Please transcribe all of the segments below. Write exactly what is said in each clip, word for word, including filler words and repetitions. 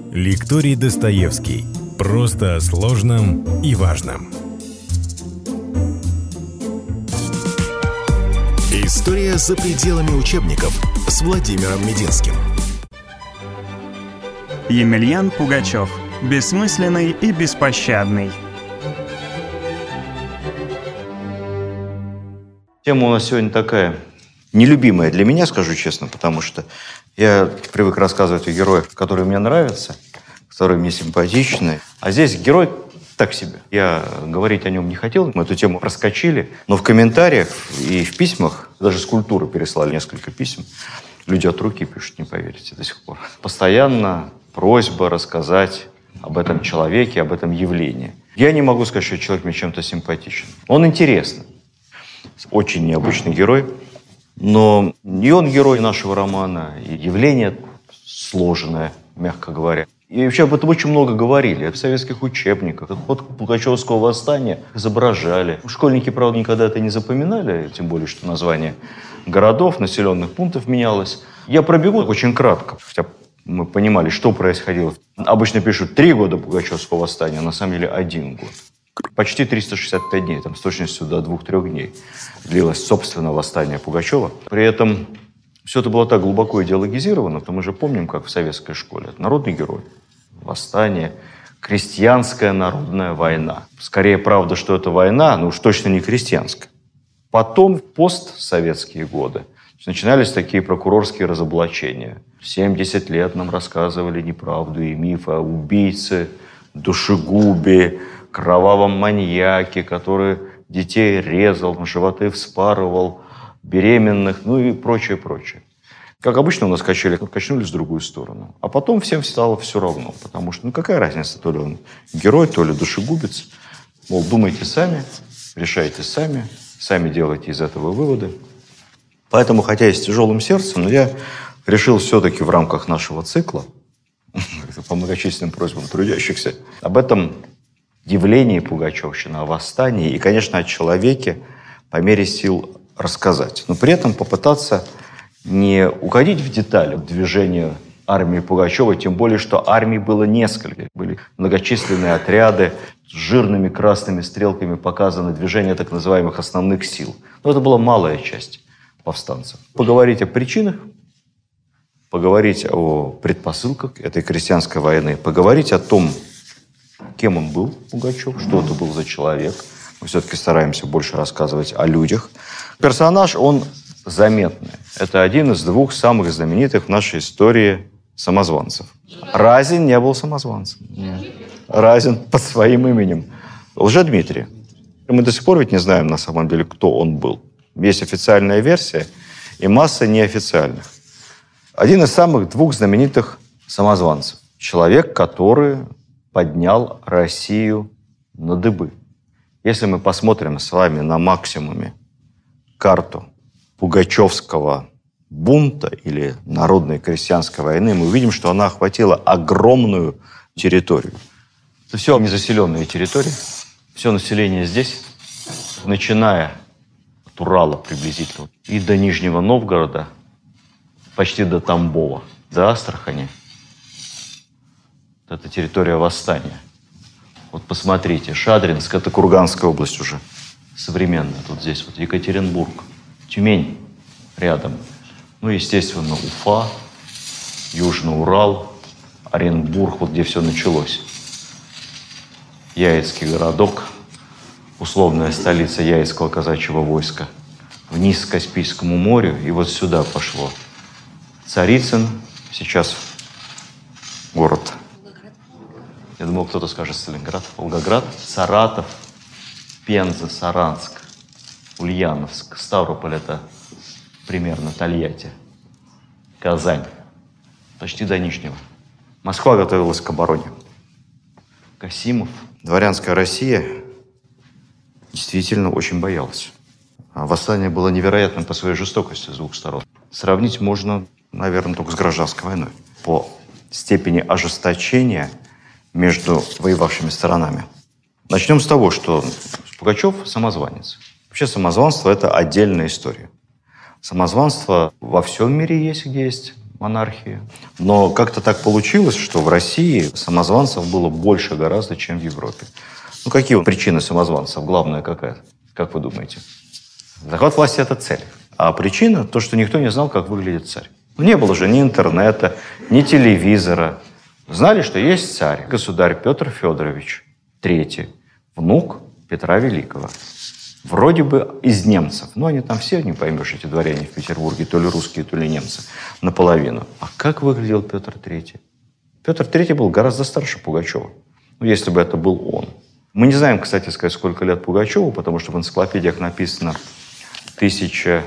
Лекторий Достоевский. Просто о сложном и важном. История за пределами учебников с Владимиром Мединским. Емельян Пугачев. Бессмысленный и беспощадный. Тема у нас сегодня такая нелюбимая для меня, скажу честно, потому что я привык рассказывать о героях, которые мне нравятся, которые мне симпатичны. А здесь герой так себе. Я говорить о нем не хотел, мы эту тему проскочили, но в комментариях и в письмах, даже с культуры переслали несколько писем, люди от руки пишут, не поверите, до сих пор. Постоянно просьба рассказать об этом человеке, об этом явлении. Я не могу сказать, что человек мне чем-то симпатичен. Он интересный. Очень необычный герой, но и он герой нашего романа, и явление сложное, мягко говоря. И вообще об этом очень много говорили в советских учебниках. Ход Пугачевского восстания изображали. Школьники, правда, никогда это не запоминали, тем более, что название городов, населенных пунктов менялось. Я пробегу очень кратко, хотя мы понимали, что происходило. Обычно пишут три года Пугачевского восстания, а на самом деле один год. Почти триста шестьдесят пять дней, там, с точностью до двух-трех дней длилось, собственно, восстание Пугачева. При этом все это было так глубоко идеологизировано, то мы же помним, как в советской школе. Это народный герой, восстание, крестьянская народная война. Скорее, правда, что это война, но уж точно не крестьянская. Потом, в постсоветские годы, начинались такие прокурорские разоблачения. семьдесят лет нам рассказывали неправду и мифы о убийце, душегубе, кровавом маньяке, который детей резал, животы вспарывал, беременных, ну и прочее, прочее. Как обычно у нас качели, качнулись в другую сторону. А потом всем стало все равно, потому что, ну какая разница, то ли он герой, то ли душегубец. Мол, думайте сами, решайте сами, сами делайте из этого выводы. Поэтому, хотя и с тяжелым сердцем, но я решил все-таки в рамках нашего цикла, по многочисленным просьбам трудящихся, об этом явлении пугачевщины, о восстании и, конечно, о человеке по мере сил рассказать. Но при этом попытаться не уходить в детали движения армии Пугачева, тем более, что армий было несколько. Были многочисленные отряды, с жирными красными стрелками показаны движения так называемых основных сил. Но это была малая часть повстанцев. Поговорить о причинах, поговорить о предпосылках этой крестьянской войны, поговорить о том, кем он был, Пугачев, что это был за человек. Мы все-таки стараемся больше рассказывать о людях. Персонаж, он заметный. Это один из двух самых знаменитых в нашей истории самозванцев. Разин не был самозванцем. Нет. Разин под своим именем. Лжедмитрий. Мы до сих пор ведь не знаем, на самом деле, кто он был. Есть официальная версия и масса неофициальных. Один из самых двух знаменитых самозванцев. Человек, который поднял Россию на дыбы. Если мы посмотрим с вами на максимуме карту Пугачевского бунта или народной крестьянской войны, мы увидим, что она охватила огромную территорию. Это все незаселенные территории, все население здесь, начиная от Урала приблизительно и до Нижнего Новгорода, почти до Тамбова, до Астрахани. Это территория восстания. Вот посмотрите, Шадринск, это Курганская область уже современная. Тут здесь вот Екатеринбург, Тюмень рядом. Ну, естественно, Уфа, Южный Урал, Оренбург, вот где все началось. Яицкий городок, условная столица Яицкого казачьего войска. Вниз к Каспийскому морю, и вот сюда пошло. Царицын, сейчас город. Я думал, кто-то скажет Сталинград, Волгоград, Саратов, Пенза, Саранск, Ульяновск, Ставрополь – это примерно Тольятти, Казань, почти до Нижнего. Москва готовилась к обороне. Касимов, дворянская Россия действительно очень боялась. Восстание было невероятным по своей жестокости с двух сторон. Сравнить можно, наверное, только с гражданской войной. По степени ожесточения между воевавшими сторонами. Начнем с того, что Пугачев – самозванец. Вообще самозванство – это отдельная история. Самозванство во всем мире есть, где есть монархии. Но как-то так получилось, что в России самозванцев было больше гораздо, чем в Европе. Ну, какие причины самозванцев? Главная какая? Как вы думаете? Захват власти – это цель. А причина – то, что никто не знал, как выглядит царь. Ну, не было же ни интернета, ни телевизора. Знали, что есть царь, государь Петр Федорович третий, внук Петра Великого. Вроде бы из немцев. Но они там все, не поймешь, эти дворяне в Петербурге, то ли русские, то ли немцы, наполовину. А как выглядел Петр третий? Петр третий был гораздо старше Пугачева. Ну, если бы это был он. Мы не знаем, кстати сказать, сколько лет Пугачеву, потому что в энциклопедиях написано тысяча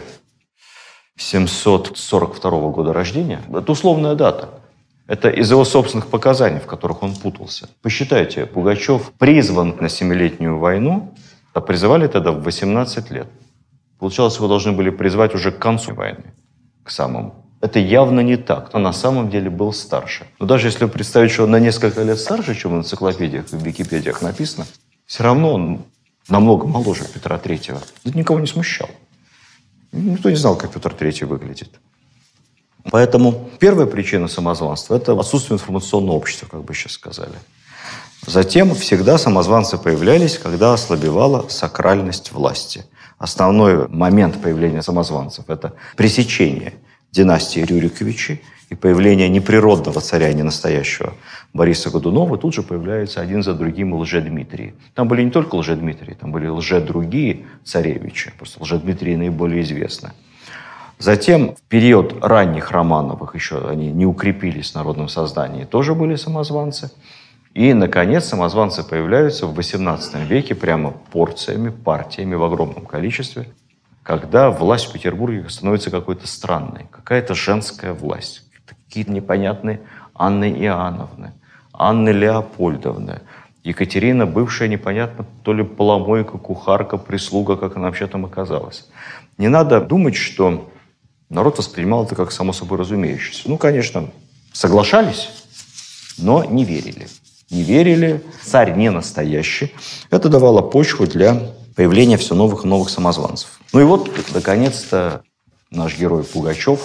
семьсот сорок второго года рождения. Это условная дата. Это из его собственных показаний, в которых он путался. Посчитайте, Пугачев призван на Семилетнюю войну, а призывали тогда в восемнадцать лет. Получалось, его должны были призвать уже к концу войны, к самому. Это явно не так. Он на самом деле был старше. Но даже если представить, что он на несколько лет старше, чем в энциклопедиях и в Википедиях написано, все равно он намного моложе Петра третьего. Это никого не смущало. Никто не знал, как Петр третий выглядит. Поэтому первая причина самозванства – это отсутствие информационного общества, как бы сейчас сказали. Затем всегда самозванцы появлялись, когда ослабевала сакральность власти. Основной момент появления самозванцев – это пресечение династии Рюриковичей и появление неприродного царя, не настоящего Бориса Годунова. Тут же появляются один за другим лжедмитрии. Там были не только лжедмитрии, там были лжедругие царевичи. Просто лжедмитрии наиболее известны. Затем в период ранних Романовых, еще они не укрепились в народном сознании, тоже были самозванцы. И, наконец, самозванцы появляются в восемнадцатом веке прямо порциями, партиями в огромном количестве, когда власть в Петербурге становится какой-то странной, какая-то женская власть, какие-то непонятные Анны Иоанновны, Анны Леопольдовны, Екатерина, бывшая непонятно, то ли поломойка, кухарка, прислуга, как она вообще там оказалась. Не надо думать, что народ воспринимал это как само собой разумеющееся. Ну, конечно, соглашались, но не верили. Не верили, царь не настоящий. Это давало почву для появления все новых и новых самозванцев. Ну и вот, наконец-то, наш герой Пугачев.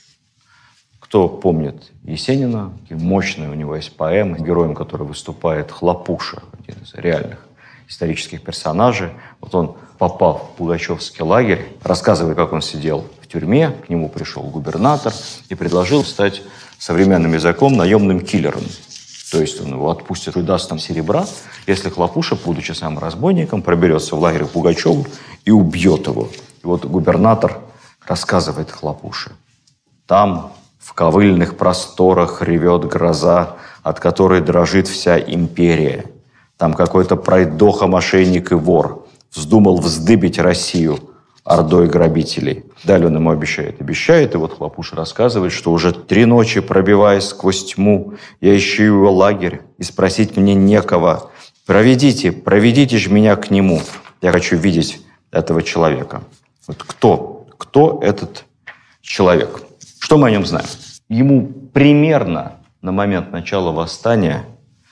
Кто помнит Есенина, мощная у него есть поэма, героем которой выступает Хлопуша, один из реальных исторических персонажей. Вот он попал в пугачевский лагерь, рассказывая, как он сидел в тюрьме, к нему пришел губернатор и предложил стать современным языком наемным киллером. То есть он его отпустит и даст там серебра, если Хлопуша, будучи самым разбойником, проберется в лагерь к Пугачеву и убьет его. И вот губернатор рассказывает Хлопуше. Там, в ковыльных просторах, ревет гроза, от которой дрожит вся империя. Там какой-то пройдоха, мошенник и вор вздумал вздыбить Россию ордой грабителей. Далее он ему обещает, обещает, и вот Хлопуша рассказывает, что уже три ночи, пробиваясь сквозь тьму, я ищу его лагерь, и спросить мне некого. Проведите, проведите же меня к нему. Я хочу видеть этого человека. Вот кто? Кто этот человек? Что мы о нем знаем? Ему примерно на момент начала восстания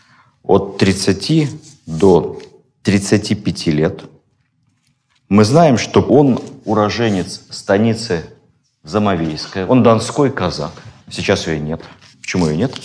от тридцати до тридцати пяти лет. Мы знаем, что он уроженец станицы Замовейская. Он донской казак. Сейчас ее нет. Почему ее нет?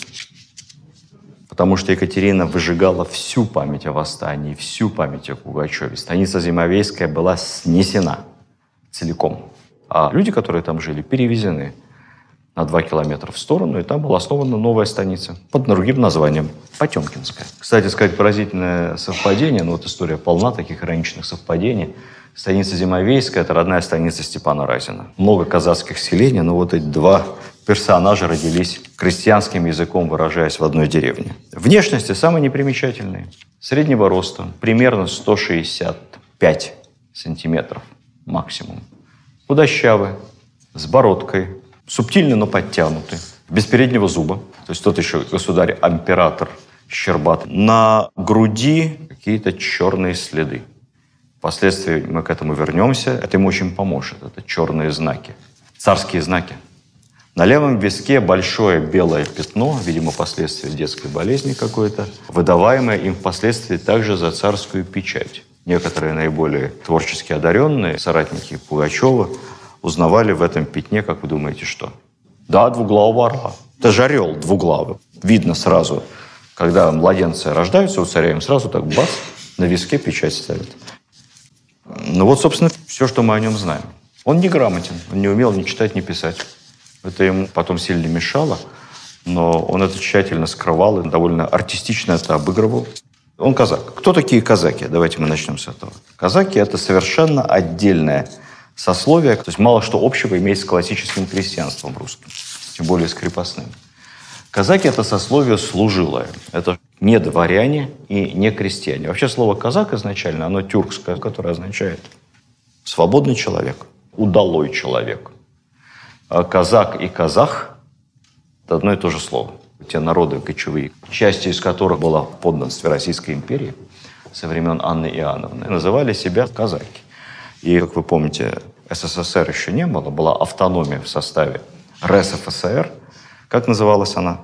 Потому что Екатерина выжигала всю память о восстании, всю память о Пугачеве. Станица Замовейская была снесена целиком. А люди, которые там жили, перевезены на два километра в сторону, и там была основана новая станица под другим названием – Потемкинская. Кстати сказать, поразительное совпадение, ну вот история полна таких ироничных совпадений. Станица Замовейская – это родная станица Степана Разина. Много казацких селений, но вот эти два персонажа родились крестьянским языком, выражаясь в одной деревне. Внешности самые непримечательные. Среднего роста, примерно сто шестьдесят пять сантиметров максимум. Худощавый, с бородкой, субтильный, но подтянутый, без переднего зуба. То есть тот еще государь-император щербатый. На груди какие-то черные следы. Впоследствии мы к этому вернемся. Это ему очень поможет. Это черные знаки. Царские знаки. На левом виске большое белое пятно, видимо, последствия детской болезни какой-то, выдаваемое им впоследствии также за царскую печать. Некоторые наиболее творчески одаренные соратники Пугачева узнавали в этом пятне, как вы думаете, что? Да, двуглавого орла. Это же орел двуглавый. Видно сразу, когда младенцы рождаются у царя, им сразу так бац, на виске печать ставят. Ну вот, собственно, все, что мы о нем знаем. Он неграмотен, он не умел ни читать, ни писать. Это ему потом сильно мешало, но он это тщательно скрывал и довольно артистично это обыгрывал. Он казак. Кто такие казаки? Давайте мы начнем с этого. Казаки – это совершенно отдельное сословие, то есть мало что общего имеет с классическим крестьянством русским, тем более с крепостным. Казаки – это сословие служилое. Это не дворяне и не крестьяне. Вообще слово «казак» изначально, оно тюркское, которое означает «свободный человек», «удалой человек». А казак и казах – это одно и то же слово. Те народы кочевые, частью из которых была в подданстве Российской империи со времен Анны Иоанновны, называли себя казаки. И, как вы помните, СССР еще не было, была автономия в составе РСФСР. Как называлась она?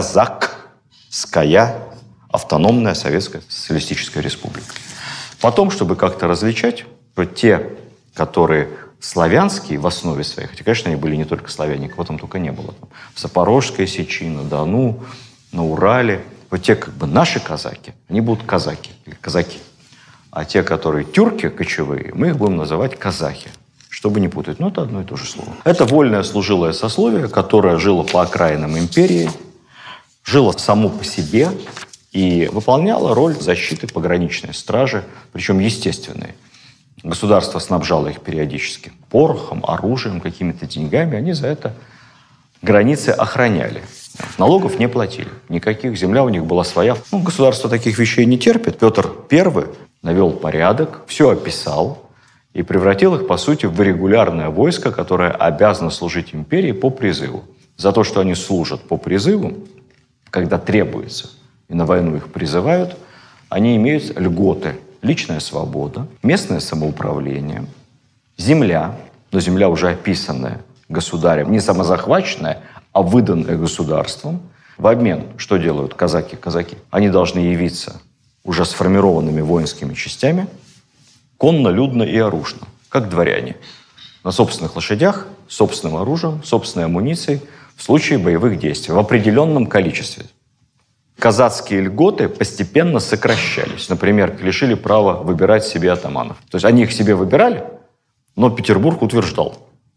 Казахская автономная Советская Социалистическая Республика. Потом, чтобы как-то различать, те, которые славянские в основе своей, хотя, конечно, они были не только славяне, кого там только не было. Там, в Запорожской Сечи, на Дону, на Урале. Вот те, как бы, наши казаки, они будут казаки или казаки. А те, которые тюрки кочевые, мы их будем называть казахи, чтобы не путать. Ну, это одно и то же слово. Это вольное служилое сословие, которое жило по окраинам империи, жило само по себе и выполняло роль защиты пограничной стражи, причем естественной. Государство снабжало их периодически порохом, оружием, какими-то деньгами. Они за это границы охраняли. Налогов не платили. Никаких. Земля у них была своя. Ну, государство таких вещей не терпит. Петр Первый навел порядок, все описал и превратил их, по сути, в регулярное войско, которое обязано служить империи по призыву. За то, что они служат по призыву, когда требуется, и на войну их призывают, они имеют льготы. Личная свобода, местное самоуправление, земля, но земля уже описанная государем, не самозахваченная, а выданная государством. В обмен что делают казаки? Казаки. Они должны явиться уже сформированными воинскими частями, конно, людно и оружно, как дворяне. На собственных лошадях, собственным оружием, собственной амуницией в случае боевых действий в определенном количестве. Казацкие льготы постепенно сокращались. Например, лишили права выбирать себе атаманов. То есть они их себе выбирали, но Петербург утверждал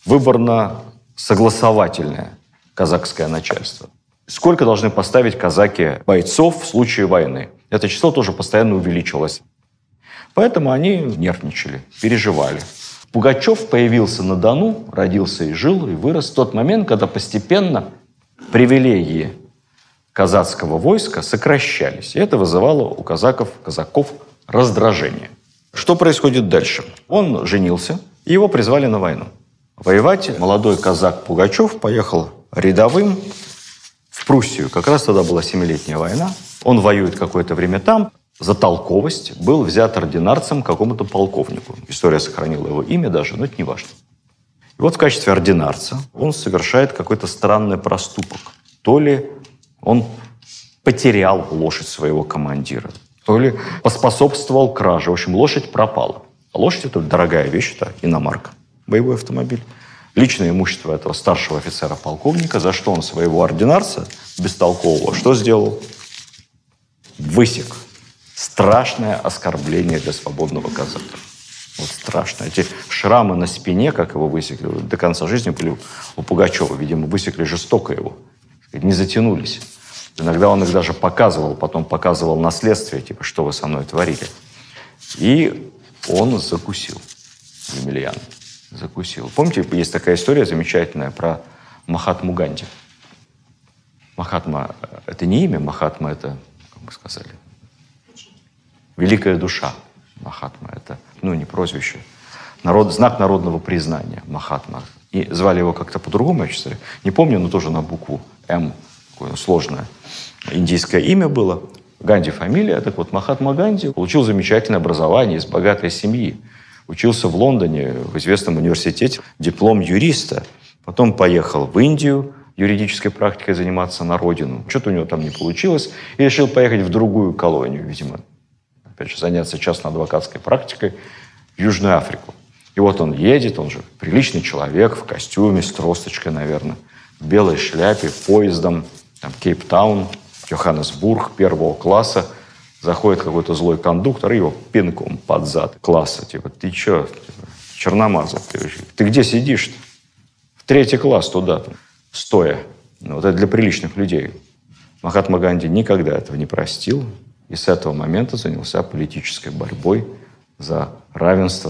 выборно-согласовательное казахское начальство. Сколько должны поставить казаки бойцов в случае войны? Это число тоже постоянно увеличивалось. Поэтому они нервничали, переживали. Пугачев появился на Дону, родился и жил, и вырос в тот момент, когда постепенно привилегии казацкого войска сокращались. И это вызывало у казаков, казаков раздражение. Что происходит дальше? Он женился, и его призвали на войну. Воевать молодой казак Пугачев поехал рядовым в Пруссию. Как раз тогда была Семилетняя война. Он воюет какое-то время там. За толковость был взят ординарцем к какому-то полковнику. История сохранила его имя даже, но это не важно. И вот в качестве ординарца он совершает какой-то странный проступок. То ли он потерял лошадь своего командира, то ли поспособствовал краже. В общем, лошадь пропала. А лошадь – это дорогая вещь, это иномарка, боевой автомобиль. Личное имущество этого старшего офицера-полковника, за что он своего ординарца бестолкового что сделал? Высек. Страшное оскорбление для свободного казака. Вот страшно. Эти шрамы на спине, как его высекли, до конца жизни были у Пугачева. Видимо, высекли жестоко его. Не затянулись. Иногда он их даже показывал, потом показывал на следствие, типа, что вы со мной творили. И он закусил, Емельян. Закусил. Помните, есть такая история замечательная про Махатму Ганди. Махатма – это не имя, Махатма – это, как бы сказали, великая душа. Махатма – это, ну, не прозвище. Народ, знак народного признания Махатма. И звали его как-то по-другому, я честно говоря, не помню, но тоже на букву М, такое сложное индийское имя было. Ганди фамилия. Так вот, Махатма Ганди получил замечательное образование из богатой семьи. Учился в Лондоне, в известном университете, диплом юриста. Потом поехал в Индию юридической практикой заниматься на родину. Что-то у него там не получилось. И решил поехать в другую колонию, видимо. Опять же, заняться частно-адвокатской практикой в Южную Африку. И вот он едет, он же приличный человек, в костюме, с тросточкой, наверное. в белой шляпе, поездом, там, Кейптаун, Йоханнесбург первого класса. Заходит какой-то злой кондуктор и его пинком под зад класса. Типа, ты че, типа, черномазый? Ты, ты где сидишь-то? В третий класс туда, стоя. Ну, вот это для приличных людей. Махатма Ганди никогда этого не простил. И с этого момента занялся политической борьбой за равенство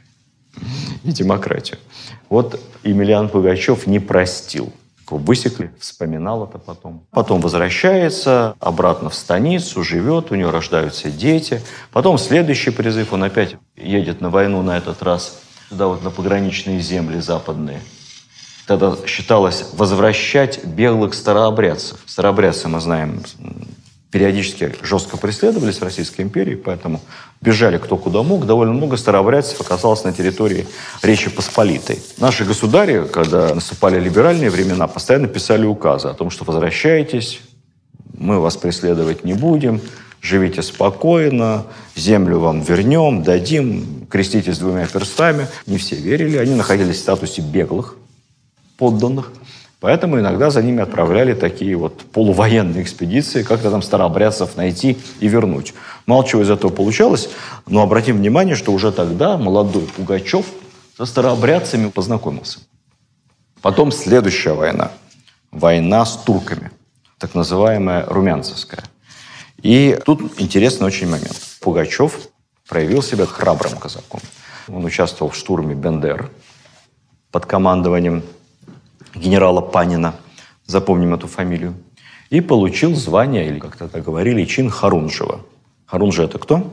и демократию. Вот Емельян Пугачев не простил. Высекли, вспоминал это потом. Потом возвращается обратно в станицу, живет, у него рождаются дети. Потом следующий призыв, он опять едет на войну, на этот раз туда вот на пограничные земли западные. Тогда считалось возвращать беглых старообрядцев. Старообрядцы, мы знаем, периодически жестко преследовались в Российской империи, поэтому бежали кто куда мог. Довольно много старообрядцев оказалось на территории Речи Посполитой. Наши государи, когда наступали либеральные времена, постоянно писали указы о том, что возвращайтесь, мы вас преследовать не будем, живите спокойно, землю вам вернем, дадим, креститесь двумя перстами. Не все верили, они находились в статусе беглых подданных. Поэтому иногда за ними отправляли такие вот полувоенные экспедиции, как-то там старообрядцев найти и вернуть. Мало чего из этого получалось, но обратим внимание, что уже тогда молодой Пугачев со старообрядцами познакомился. Потом следующая война. Война с турками, так называемая Румянцевская. И тут интересный очень момент. Пугачев проявил себя храбрым казаком. Он участвовал в штурме Бендер под командованием генерала Панина, запомним эту фамилию, и получил звание, или, как тогда говорили, чин Харунжева. Харунжи – это кто?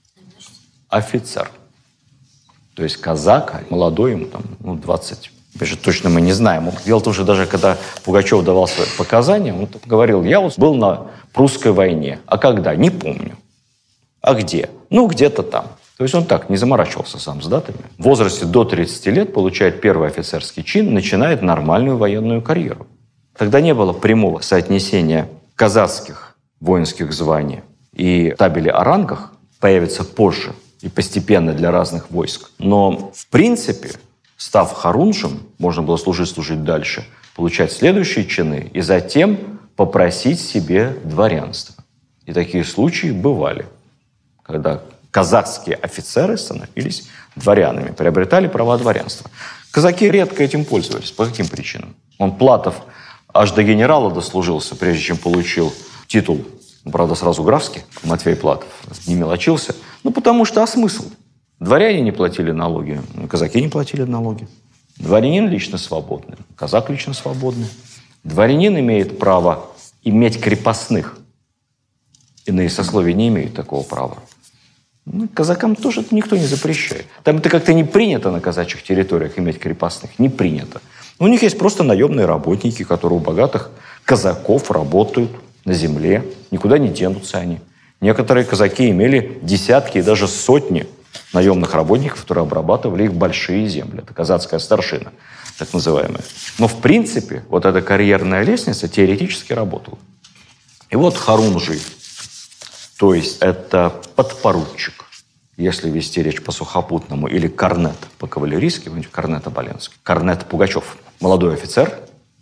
Офицер. То есть казак, молодой, ему там, ну, двадцать. Опять же, точно мы не знаем. Дело в том, что даже когда Пугачев давал свои показания, он говорил, я вот был на прусской войне. А когда? Не помню. А где? Ну, где-то там. То есть он так, не заморачивался сам с датами. В возрасте до тридцати лет получает первый офицерский чин, начинает нормальную военную карьеру. Тогда не было прямого соотнесения казацких воинских званий и табели о рангах, появится позже и постепенно для разных войск. Но в принципе, став харунжем, можно было служить, служить дальше, получать следующие чины и затем попросить себе дворянство. И такие случаи бывали, когда казахские офицеры становились дворянами, приобретали права дворянства. Казаки редко этим пользовались. По каким причинам? Он, Платов, аж до генерала дослужился, прежде чем получил титул, правда, сразу графский, Матвей Платов, не мелочился. Ну, потому что, а смысл? Дворяне не платили налоги, казаки не платили налоги. Дворянин лично свободный, казак лично свободный. Дворянин имеет право иметь крепостных. Иные сословия не имеют такого права. Ну, казакам тоже это никто не запрещает. Там это как-то не принято на казачьих территориях иметь крепостных. Не принято. У них есть просто наемные работники, которые у богатых казаков работают на земле. Никуда не денутся они. Некоторые казаки имели десятки и даже сотни наемных работников, которые обрабатывали их большие земли. Это казацкая старшина, так называемая. Но в принципе вот эта карьерная лестница теоретически работала. И вот Харунжий, то есть это подпоручик, если вести речь по сухопутному, или корнет по-кавалерийски, корнет Оболенский. Корнет Пугачев, молодой офицер.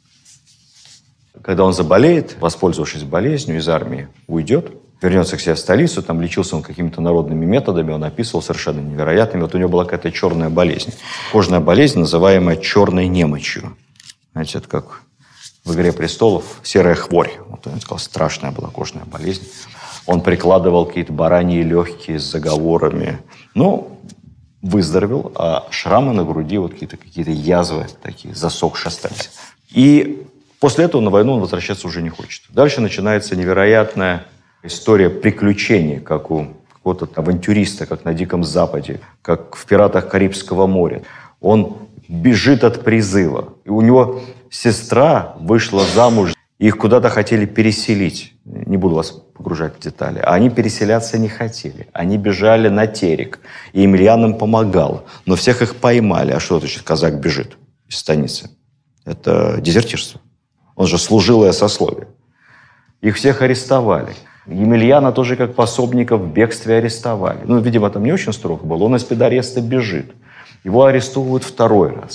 Когда он заболеет, воспользовавшись болезнью, из армии уйдет, вернется к себе в столицу, там лечился он какими-то народными методами, он описывал совершенно невероятными. Вот у него была какая-то черная болезнь. Кожная болезнь, называемая черной немочью. Знаете, это как в «Игре престолов» серая хворь. Вот он сказал, страшная была кожная болезнь. Он прикладывал какие-то бараньи легкие с заговорами. Ну, выздоровел, а шрамы на груди, вот какие-то какие-то язвы такие, засохшие остались. И после этого на войну он возвращаться уже не хочет. Дальше начинается невероятная история приключений, как у какого-то авантюриста, как на Диком Западе, как в «Пиратах Карибского моря». Он бежит от призыва. И у него сестра вышла замуж, их куда-то хотели переселить. Не буду вас погружать в детали. А они переселяться не хотели. Они бежали на Терек. И Емельян им помогал. Но всех их поймали. А что значит казак бежит из станицы? Это дезертирство. Он же служилое сословие. Их всех арестовали. Емельяна тоже как пособника в бегстве арестовали. Ну, видимо, там не очень строго было. Он из педареста бежит. Его арестовывают второй раз.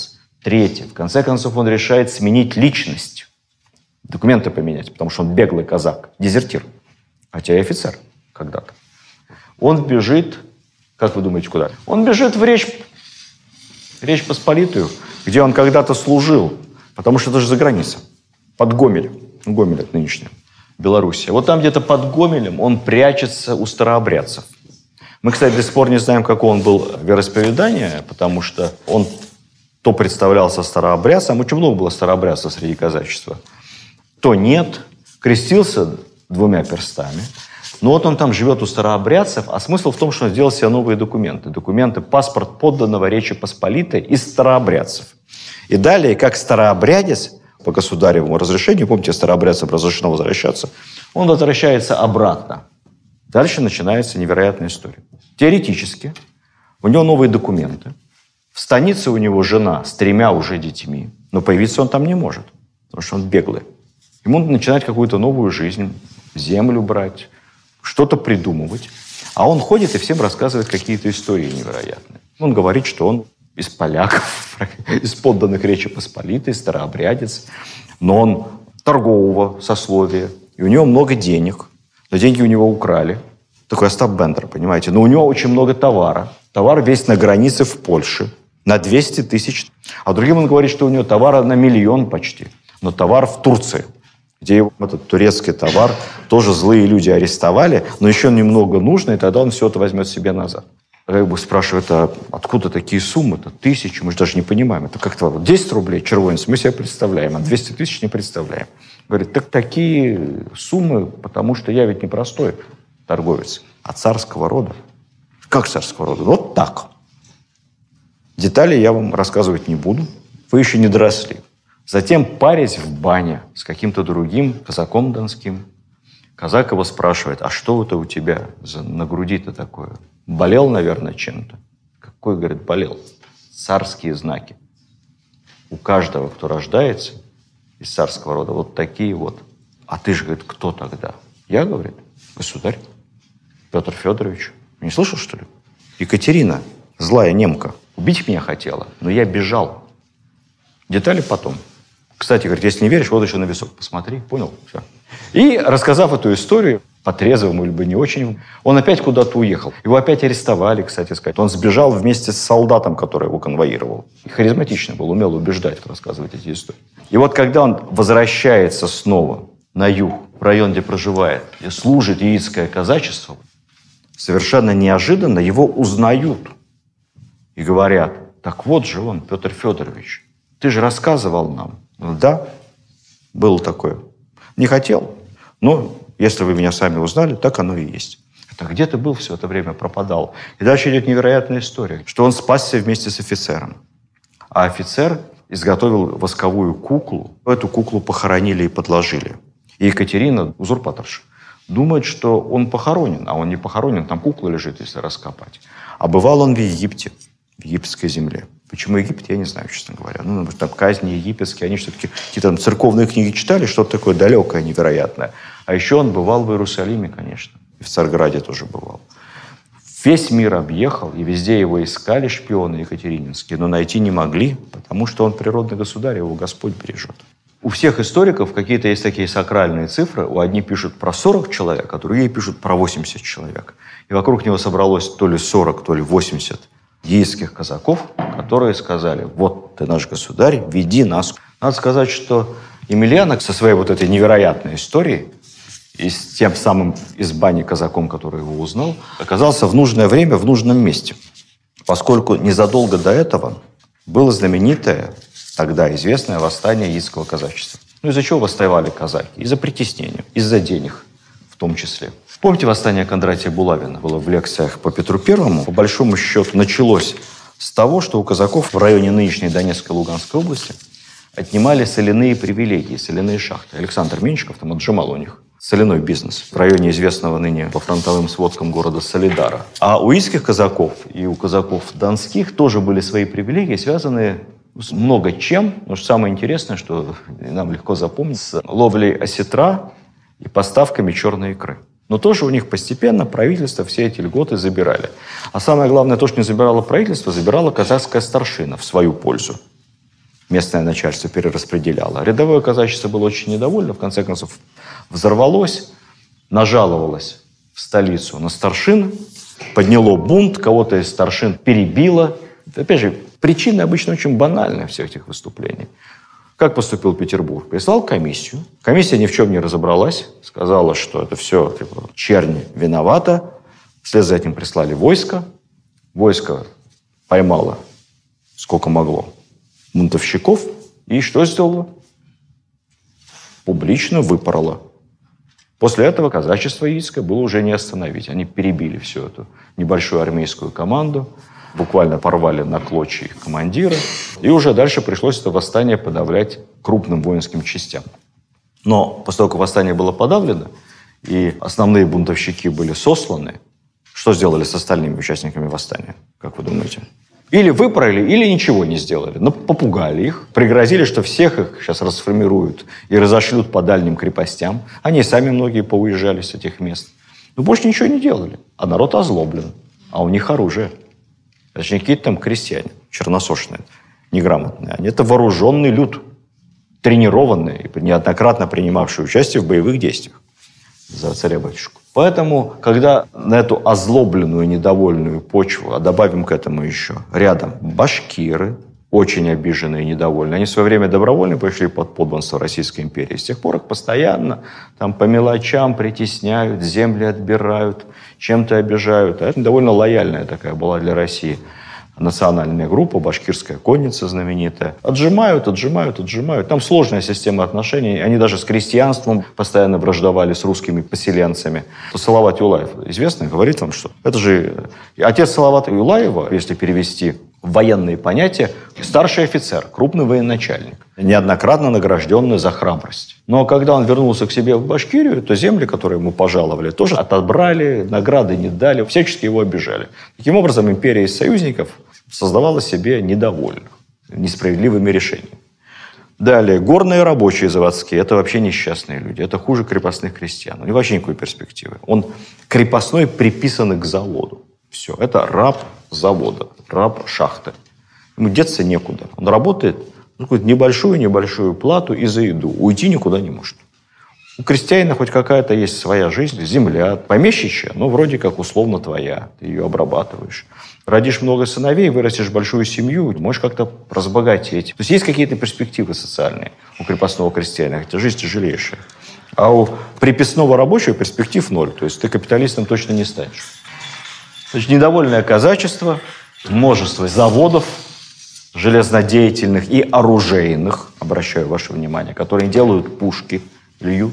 Третье. В конце концов, он решает сменить личность. Документы поменять, потому что он беглый казак, дезертир. Хотя и офицер когда-то. Он бежит, как вы думаете, куда? Он бежит в Речь, Речь Посполитую, где он когда-то служил, потому что это же за границей, под Гомелем. Гомель – это нынешняя Белоруссия. Вот там где-то под Гомелем он прячется у старообрядцев. Мы, кстати, до сих пор не знаем, какого он был вероисповедания, потому что он то представлялся старообрядцем, очень много было старообрядцев среди казачества, то нет, крестился двумя перстами. Но вот он там живет у старообрядцев, а смысл в том, что он сделал себе новые документы. Документы, паспорт подданного Речи Посполитой из старообрядцев. И далее, как старообрядец, по государевому разрешению, помните, старообрядцам разрешено возвращаться, он возвращается обратно. Дальше начинается невероятная история. Теоретически у него новые документы. В станице у него жена с тремя уже детьми, но появиться он там не может, потому что он беглый. Ему надо начинать какую-то новую жизнь, землю брать, что-то придумывать. А он ходит и всем рассказывает какие-то истории невероятные. Он говорит, что он из поляков, из подданных Речи Посполитой, старообрядец, но он торгового сословия, и у него много денег, но деньги у него украли. Такой Остап Бендер, понимаете? Но у него очень много товара. Товар весь на границе в Польше, на двести тысяч. А другим он говорит, что у него товара на миллион почти, но товар в Турции, где этот турецкий товар тоже злые люди арестовали, но еще немного нужно, и тогда он все это возьмет себе назад. Как бы спрашивают, а откуда такие суммы-то? Тысячи, мы же даже не понимаем. Это как-то десять рублей червонец мы себе представляем, а двести тысяч не представляем. Говорит, так такие суммы, потому что я ведь не простой торговец, а царского рода. Как царского рода? Вот так. Детали я вам рассказывать не буду. Вы еще не доросли. Затем парясь в бане с каким-то другим казаком донским. Казак его спрашивает, а что это у тебя за, на груди-то такое? Болел, наверное, чем-то? Какой, говорит, болел? Царские знаки. У каждого, кто рождается из царского рода, вот такие вот. А ты же, говорит, кто тогда? Я, говорит, государь Петр Федорович. Не слышал, что ли? Екатерина, злая немка, убить меня хотела, но я бежал. Детали потом. Кстати, говорит, если не веришь, вот еще на висок посмотри. Понял? Все. И, рассказав эту историю, по-трезвому, либо не очень, он опять куда-то уехал. Его опять арестовали, кстати сказать. Он сбежал вместе с солдатом, который его конвоировал. И харизматичный был, умел убеждать, рассказывать эти истории. И вот когда он возвращается снова на юг, в район, где проживает, и служит яицкое казачество, совершенно неожиданно его узнают. И говорят, так вот же он, Петр Федорович, ты же рассказывал нам. Да, было такое. Не хотел, но если вы меня сами узнали, так оно и есть. Это где ты был все это время, пропадал? И дальше идет невероятная история, что он спасся вместе с офицером. А офицер изготовил восковую куклу. Эту куклу похоронили и подложили. И Екатерина, узурпаторша, думает, что он похоронен. А он не похоронен, там кукла лежит, если раскопать. А бывал он в Египте, в египетской земле. Почему Египет, я не знаю, честно говоря. Ну, там казни египетские, они все-таки какие-то там церковные книги читали, что-то такое далекое, невероятное. А еще он бывал в Иерусалиме, конечно. И в Царьграде тоже бывал. Весь мир объехал, и везде его искали шпионы екатерининские, но найти не могли, потому что он природный государь, его Господь бережет. У всех историков какие-то есть такие сакральные цифры. У одни пишут про сорок человек, а другие пишут про восемьдесят человек. И вокруг него собралось то ли сорок, то ли восемьдесят яицких казаков, которые сказали, вот ты наш государь, веди нас. Надо сказать, что Емельянов со своей вот этой невероятной историей и с тем самым из бани казаком, который его узнал, оказался в нужное время в нужном месте. Поскольку незадолго до этого было знаменитое, тогда известное восстание яицкого казачества. Ну, из-за чего восставали казаки? Из-за притеснения, из-за денег в том числе. Помните восстание Кондратия Булавина? Было в лекциях по Петру Первому. По большому счету началось с того, что у казаков в районе нынешней Донецкой и Луганской области отнимали соляные привилегии, соляные шахты. Александр Меньшиков там отжимал у них соляной бизнес в районе известного ныне по фронтовым сводкам города Солидара. А у яицких казаков и у казаков донских тоже были свои привилегии, связанные с много чем. Но самое интересное, что нам легко запомнить, с ловлей осетра и поставками черной икры. Но тоже у них постепенно правительство все эти льготы забирали. А самое главное, то, что не забирало правительство, забирала казахская старшина в свою пользу. местное начальство перераспределяло. Рядовое казачество было очень недовольно, в конце концов взорвалось, нажаловалось в столицу на старшин, подняло бунт, кого-то из старшин перебило. Опять же, причины обычно очень банальные всех этих выступлений. Как поступил Петербург? Прислал комиссию. Комиссия ни в чем не разобралась, сказала, что это все типа, чернь виновата. Вслед за этим прислали войско. Войско поймало сколько могло бунтовщиков. И что сделало? Публично выпороло. После этого казачество яицкое было уже не остановить. Они перебили всю эту небольшую армейскую команду, буквально порвали на клочья их командира. И уже дальше пришлось это восстание подавлять крупным воинским частям. Но после того, как восстание было подавлено, и основные бунтовщики были сосланы, что сделали с остальными участниками восстания, как вы думаете? Или выпороли, или ничего не сделали. Но попугали их, пригрозили, что всех их сейчас расформируют и разошлют по дальним крепостям. Они сами многие поуезжали с этих мест. Но больше ничего не делали. А народ озлоблен. А у них оружие. Это же не какие-то там крестьяне, черносошные, неграмотные. Они это вооруженный люд, тренированный, неоднократно принимавший участие в боевых действиях за царя-батюшку. Поэтому, когда на эту озлобленную, недовольную почву, а добавим к этому еще рядом башкиры, очень обиженные и недовольные, они в свое время добровольно пришли под подданство Российской империи. С тех пор их постоянно там, по мелочам притесняют, земли отбирают, чем-то обижают. А это довольно лояльная такая была для России национальная группа, башкирская конница знаменитая. Отжимают, отжимают, отжимают. Там сложная система отношений. Они даже с крестьянством постоянно враждовали, с русскими поселенцами. Салават Юлаев, известный, говорит вам, что это же отец Салавата Юлаева, если перевести в военные понятия, старший офицер, крупный военачальник, неоднократно награжденный за храбрость. Но когда он вернулся к себе в Башкирию, то земли, которые ему пожаловали, тоже отобрали, награды не дали, всячески его обижали. Таким образом, империя из союзников создавала себе недовольных несправедливыми решениями. Далее, горные рабочие заводские – это вообще несчастные люди. Это хуже крепостных крестьян. У них вообще никакой перспективы. Он крепостной, приписанный к заводу. Все, это раб завода, раб шахты. Ему деться некуда. Он работает ну, какую-то небольшую-небольшую плату и за еду. Уйти никуда не может. У крестьянина хоть какая-то есть своя жизнь, земля, помещичья, ну, вроде как условно твоя. Ты ее обрабатываешь. Родишь много сыновей, вырастешь большую семью, можешь как-то разбогатеть. То есть есть какие-то перспективы социальные у крепостного крестьянина, хотя жизнь тяжелейшая. А у приписного рабочего перспектив ноль. То есть ты капиталистом точно не станешь. Значит, недовольное казачество, множество заводов железнодеятельных и оружейных, обращаю ваше внимание, которые делают пушки, льют.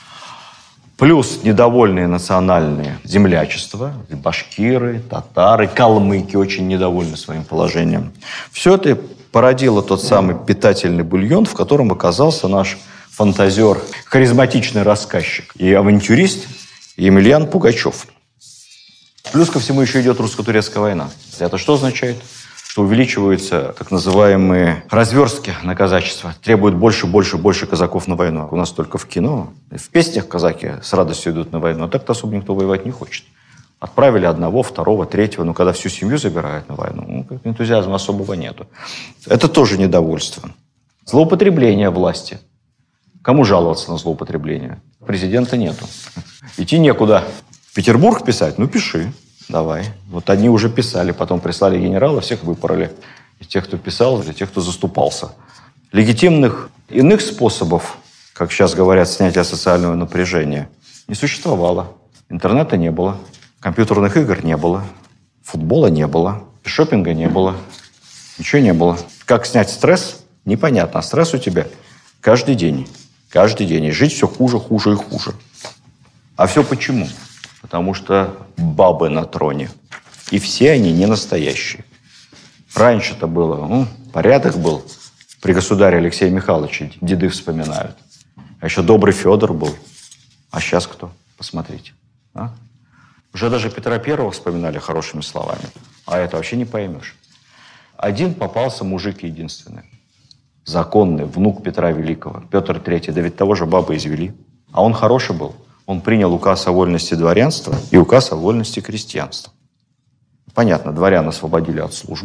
Плюс недовольные национальные землячества, башкиры, татары, калмыки очень недовольны своим положением. Все это породило тот самый питательный бульон, в котором оказался наш фантазер, харизматичный рассказчик и авантюрист Емельян Пугачев. Плюс ко всему еще идет русско-турецкая война. Это что означает? Что увеличиваются так называемые разверстки на казачество. Требуют больше, больше, больше казаков на войну. У нас только в кино. В песнях казаки с радостью идут на войну. А так-то особо никто воевать не хочет. Отправили одного, второго, третьего. Но когда всю семью забирают на войну, ну, энтузиазма особого нету. Это тоже недовольство. Злоупотребление власти. Кому жаловаться на злоупотребление? Президента нету. Идти некуда. Петербург писать? Ну, пиши. Давай. Вот одни уже писали, потом прислали генерала, всех выпороли. И тех, кто писал, и тех, кто заступался. Легитимных иных способов, как сейчас говорят, снятия социального напряжения, не существовало. Интернета не было, компьютерных игр не было, футбола не было, шопинга не было, ничего не было. Как снять стресс? Непонятно. А стресс у тебя каждый день. Каждый день. И жить все хуже, хуже и хуже. А все почему? Потому что бабы на троне. И все они не настоящие. Раньше-то было, ну, порядок был. При государе Алексея Михайловича деды вспоминают. А еще добрый Федор был. А сейчас кто? Посмотрите. А? Уже даже Петра Первого вспоминали хорошими словами. А это вообще не поймешь. Один попался мужик единственный. Законный, внук Петра Великого. Петр Третий. Да ведь того же бабы извели. А он хороший был. Он принял указ о вольности дворянства и указ о вольности крестьянства. Понятно, дворян освободили от службы,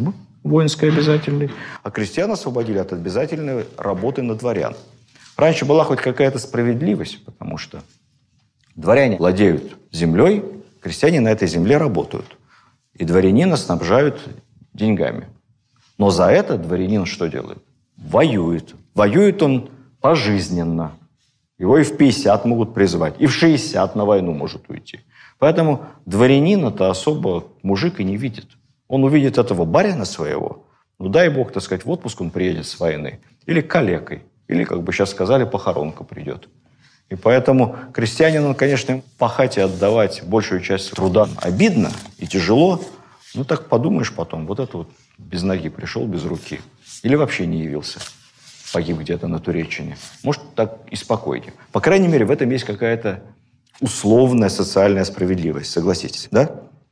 воинской обязательной, а крестьян освободили от обязательной работы на дворян. Раньше была хоть какая-то справедливость, потому что дворяне владеют землей, крестьяне на этой земле работают. И дворянина снабжают деньгами. Но за это дворянин что делает? Воюет. Воюет он пожизненно. Его и в пятьдесят могут призывать, и в шестьдесят на войну может уйти. Поэтому дворянина-то особо мужик и не видит. Он увидит этого барина своего, ну дай бог, так сказать, в отпуск он приедет с войны. Или калекой. Или, как бы сейчас сказали, похоронка придет. И поэтому крестьянину, конечно, пахать и отдавать большую часть труда обидно и тяжело. Ну так подумаешь потом, вот это вот без ноги пришел, без руки. Или вообще не явился. Погиб где-то на Туреччине. Может, так и спокойнее. По крайней мере, в этом есть какая-то условная социальная справедливость. Согласитесь, да?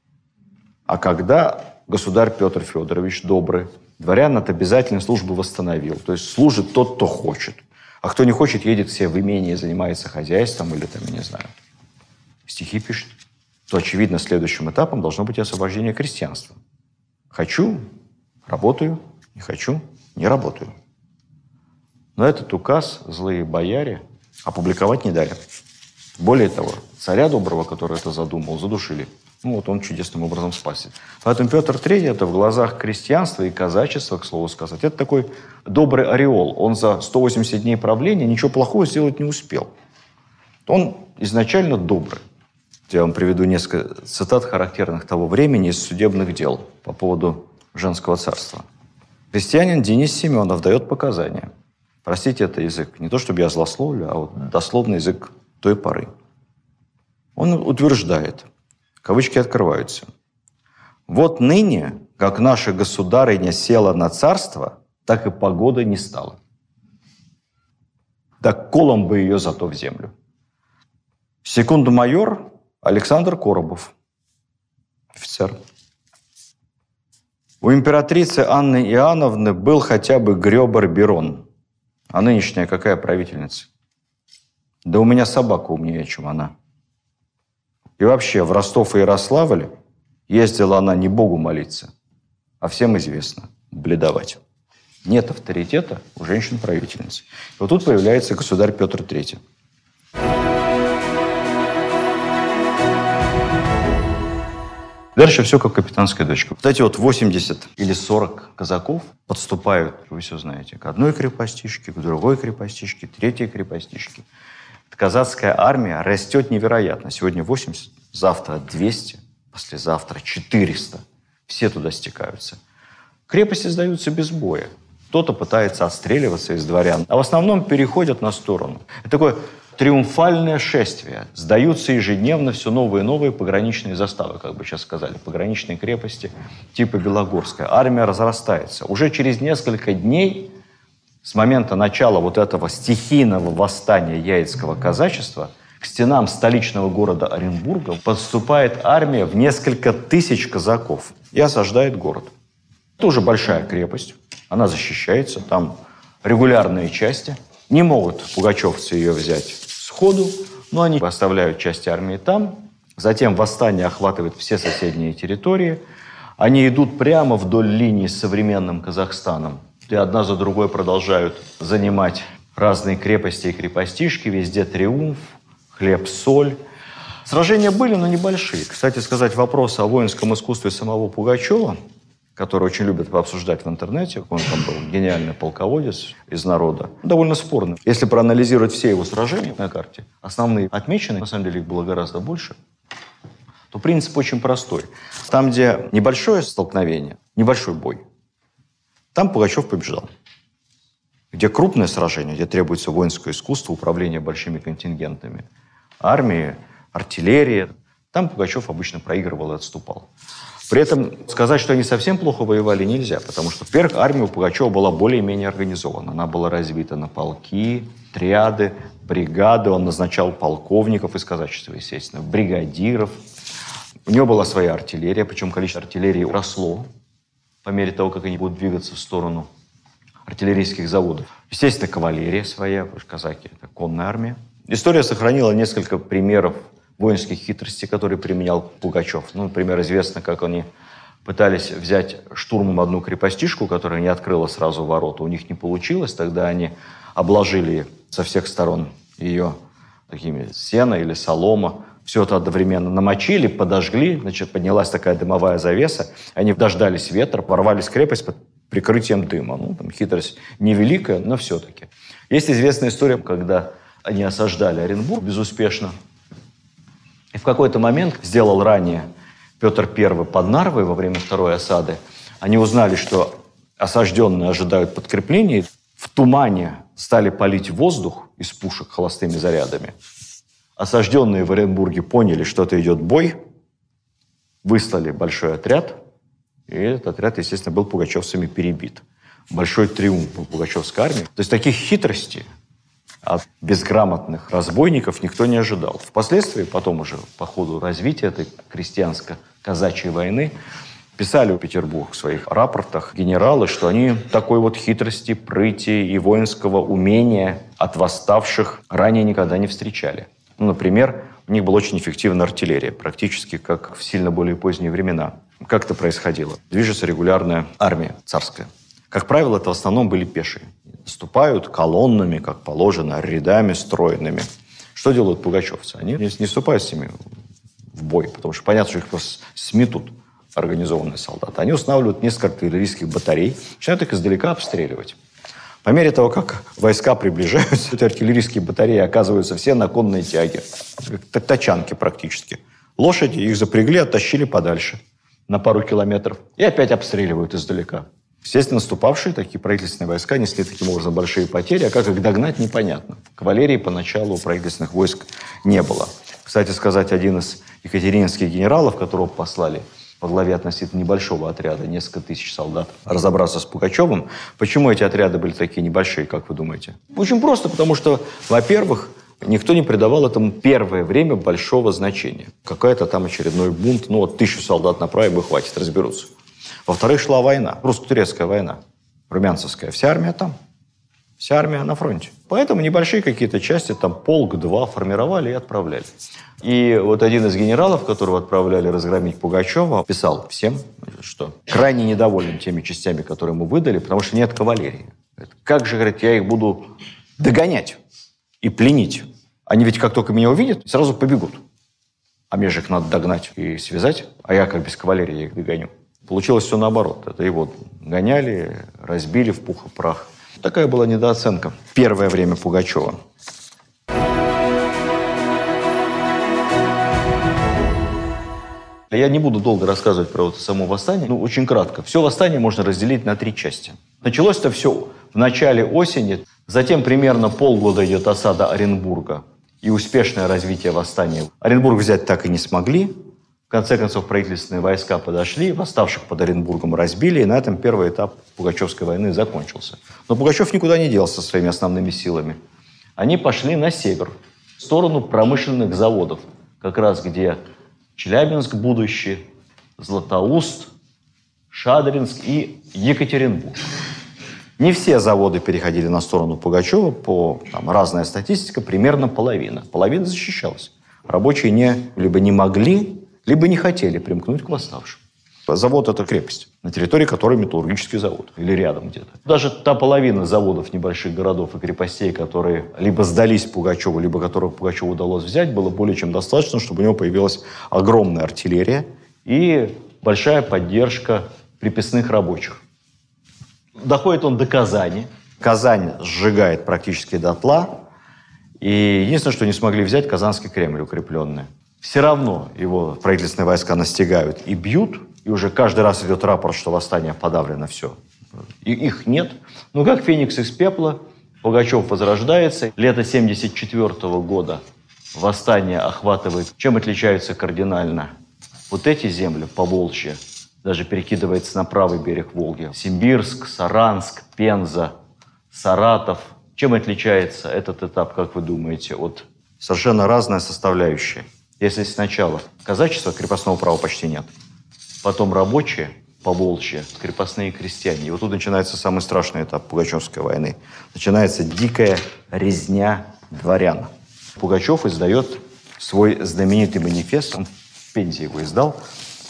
А когда государь Петр Федорович добрый, дворян от обязательной службы восстановил. То есть служит тот, кто хочет. А кто не хочет, едет все в имение, занимается хозяйством или там, я не знаю, стихи пишет. То, очевидно, следующим этапом должно быть освобождение крестьянства. Хочу – работаю, не хочу – не работаю. Но этот указ злые бояре опубликовать не дали. Более того, царя доброго, который это задумал, задушили. Ну вот он чудесным образом спасся. Поэтому Петр Третий – это в глазах крестьянства и казачества, к слову сказать, это такой добрый ореол. Он за сто восемьдесят дней правления ничего плохого сделать не успел. Он изначально добрый. Я вам приведу несколько цитат, характерных того времени из судебных дел по поводу женского царства. Крестьянин Денис Семенов дает показания. Простите, это язык. Не то, чтобы я злословлю, а вот дословный язык той поры. Он утверждает, кавычки открываются. «Вот ныне, как наша государыня села на царство, так и погода не стала. Так колом бы ее зато в землю». Секунд-майор Александр Коробов, офицер. У императрицы Анны Иоанновны был хотя бы Гребар Берон. А нынешняя какая правительница? Да у меня собака умнее, чем она. И вообще, в Ростов и Ярославль ездила она не Богу молиться, а всем известно – бледовать. Нет авторитета у женщин-правительниц. И вот тут появляется государь Петр Третий. Дальше все как капитанская дочка. Кстати, вот восемьдесят или сорок казаков подступают, вы все знаете, к одной крепостишке, к другой крепостишке, к третьей крепостишке. Казацкая армия растет невероятно. Сегодня восемьдесят, завтра двести, послезавтра четыреста. Все туда стекаются. Крепости сдаются без боя. Кто-то пытается отстреливаться из дворян, а в основном переходят на сторону. Это такое триумфальное шествие. Сдаются ежедневно все новые и новые пограничные заставы, как бы сейчас сказали, пограничные крепости типа Белогорская. Армия разрастается. Уже через несколько дней с момента начала вот этого стихийного восстания яицкого казачества к стенам столичного города Оренбурга подступает армия в несколько тысяч казаков и осаждает город. Это уже большая крепость, она защищается, там регулярные части. Не могут пугачевцы ее взять сходу, но они оставляют части армии там. Затем восстание охватывает все соседние территории. Они идут прямо вдоль линии с современным Казахстаном. И одна за другой продолжают занимать разные крепости и крепостишки. Везде триумф, хлеб, соль. Сражения были, но небольшие. Кстати сказать, вопрос о воинском искусстве самого Пугачева, который очень любят обсуждать в интернете, он там был гениальный полководец из народа, довольно спорный. Если проанализировать все его сражения на карте, основные отмечены, на самом деле их было гораздо больше, то принцип очень простой. Там, где небольшое столкновение, небольшой бой, там Пугачев побеждал. Где крупное сражение, где требуется воинское искусство, управление большими контингентами, армии, артиллерия, там Пугачев обычно проигрывал и отступал. При этом сказать, что они совсем плохо воевали, нельзя, потому что, во-первых, армия у Пугачева была более-менее организована. Она была разбита на полки, триады, бригады. Он назначал полковников из казачества, естественно, бригадиров. У него была своя артиллерия, причем количество артиллерии росло по мере того, как они будут двигаться в сторону артиллерийских заводов. Естественно, кавалерия своя, потому что казаки – это конная армия. История сохранила несколько примеров воинских хитростей, которые применял Пугачев. Ну, например, известно, как они пытались взять штурмом одну крепостишку, которая не открыла сразу ворота. У них не получилось. Тогда они обложили со всех сторон ее такими сено или солома. Все это одновременно намочили, подожгли. Значит, поднялась такая дымовая завеса. Они дождались ветра, ворвались в крепость под прикрытием дыма. Ну, там хитрость невеликая, но все-таки. Есть известная история, когда они осаждали Оренбург безуспешно. И в какой-то момент сделал ранее Петр Первый под Нарвой во время второй осады. Они узнали, что осажденные ожидают подкрепления. В тумане стали палить воздух из пушек холостыми зарядами. Осажденные в Оренбурге поняли, что это идет бой, выслали большой отряд, и этот отряд, естественно, был пугачевцами перебит. Большой триумф был пугачевской армии. То есть таких хитростей от безграмотных разбойников никто не ожидал. Впоследствии, потом уже по ходу развития этой крестьянско-казачьей войны, писали в Петербург в своих рапортах генералы, что они такой вот хитрости, прыти и воинского умения от восставших ранее никогда не встречали. Ну, например, у них была очень эффективная артиллерия, практически как в сильно более поздние времена. Как это происходило? Движется регулярная армия царская. Как правило, это в основном были пешие. Наступают колоннами, как положено, рядами стройными. Что делают пугачевцы? Они не вступают с ними в бой, потому что понятно, что их просто сметут организованные солдаты. Они устанавливают несколько артиллерийских батарей, начинают их издалека обстреливать. По мере того, как войска приближаются, эти артиллерийские батареи оказываются все на конной тяге, как тачанки практически. Лошади их запрягли, оттащили подальше на пару километров и опять обстреливают издалека. Естественно, наступавшие такие правительственные войска несли таким образом большие потери, а как их догнать, непонятно. Кавалерии поначалу у правительственных войск не было. Кстати сказать, один из екатерининских генералов, которого послали во главе относительно небольшого отряда, несколько тысяч солдат, разобраться с Пугачевым. Почему эти отряды были такие небольшие, как вы думаете? Очень просто, потому что, во-первых, никто не придавал этому первое время большого значения. Какая-то там очередной бунт, ну вот тысячу солдат направим, и хватит, разберутся. Во-вторых, шла война, русско-турецкая война, румянцевская. Вся армия там, вся армия на фронте. Поэтому небольшие какие-то части, там полк-два формировали и отправляли. И вот один из генералов, которого отправляли разгромить Пугачева, писал всем, что крайне недоволен теми частями, которые ему выдали, потому что нет кавалерии. Как же, говорит, я их буду догонять и пленить? Они ведь как только меня увидят, сразу побегут. А мне же их надо догнать и связать, а я как без кавалерии я их догоню. Получилось все наоборот. Это его гоняли, разбили в пух и прах. Такая была недооценка. Первое время Пугачева. Я не буду долго рассказывать про это само восстание. Ну, очень кратко. Все восстание можно разделить на три части. Началось это все в начале осени. Затем примерно полгода идет осада Оренбурга и успешное развитие восстания. Оренбург взять так и не смогли. В конце концов, правительственные войска подошли, восставших под Оренбургом разбили, и на этом первый этап Пугачевской войны закончился. Но Пугачев никуда не делся со своими основными силами. Они пошли на север, в сторону промышленных заводов, как раз где Челябинск будущий, Златоуст, Шадринск и Екатеринбург. Не все заводы переходили на сторону Пугачева, по там, разная статистика, примерно половина. Половина защищалась. Рабочие не, либо не могли, либо не хотели примкнуть к восставшим. Завод – это крепость, на территории которой металлургический завод, или рядом где-то. Даже та половина заводов небольших городов и крепостей, которые либо сдались Пугачеву, либо которых Пугачеву удалось взять, было более чем достаточно, чтобы у него появилась огромная артиллерия и большая поддержка приписных рабочих. Доходит он до Казани. Казань сжигает практически дотла. И единственное, что не смогли взять, Казанский Кремль укрепленный. Все равно его правительственные войска настигают и бьют, и уже каждый раз идет рапорт, что восстание подавлено, все. И их нет. Но как феникс из пепла, Пугачев возрождается. Лето семьдесят четвёртого года восстание охватывает. Чем отличаются кардинально? Вот эти земли, Поволжье, даже перекидывается на правый берег Волги. Симбирск, Саранск, Пенза, Саратов. Чем отличается этот этап, как вы думаете, от... Совершенно разная составляющая. Если сначала казачества, крепостного права почти нет. Потом рабочие, Поволжье, крепостные крестьяне. И вот тут начинается самый страшный этап Пугачевской войны. Начинается дикая резня дворян. Пугачев издает свой знаменитый манифест, он в Пензе его издал,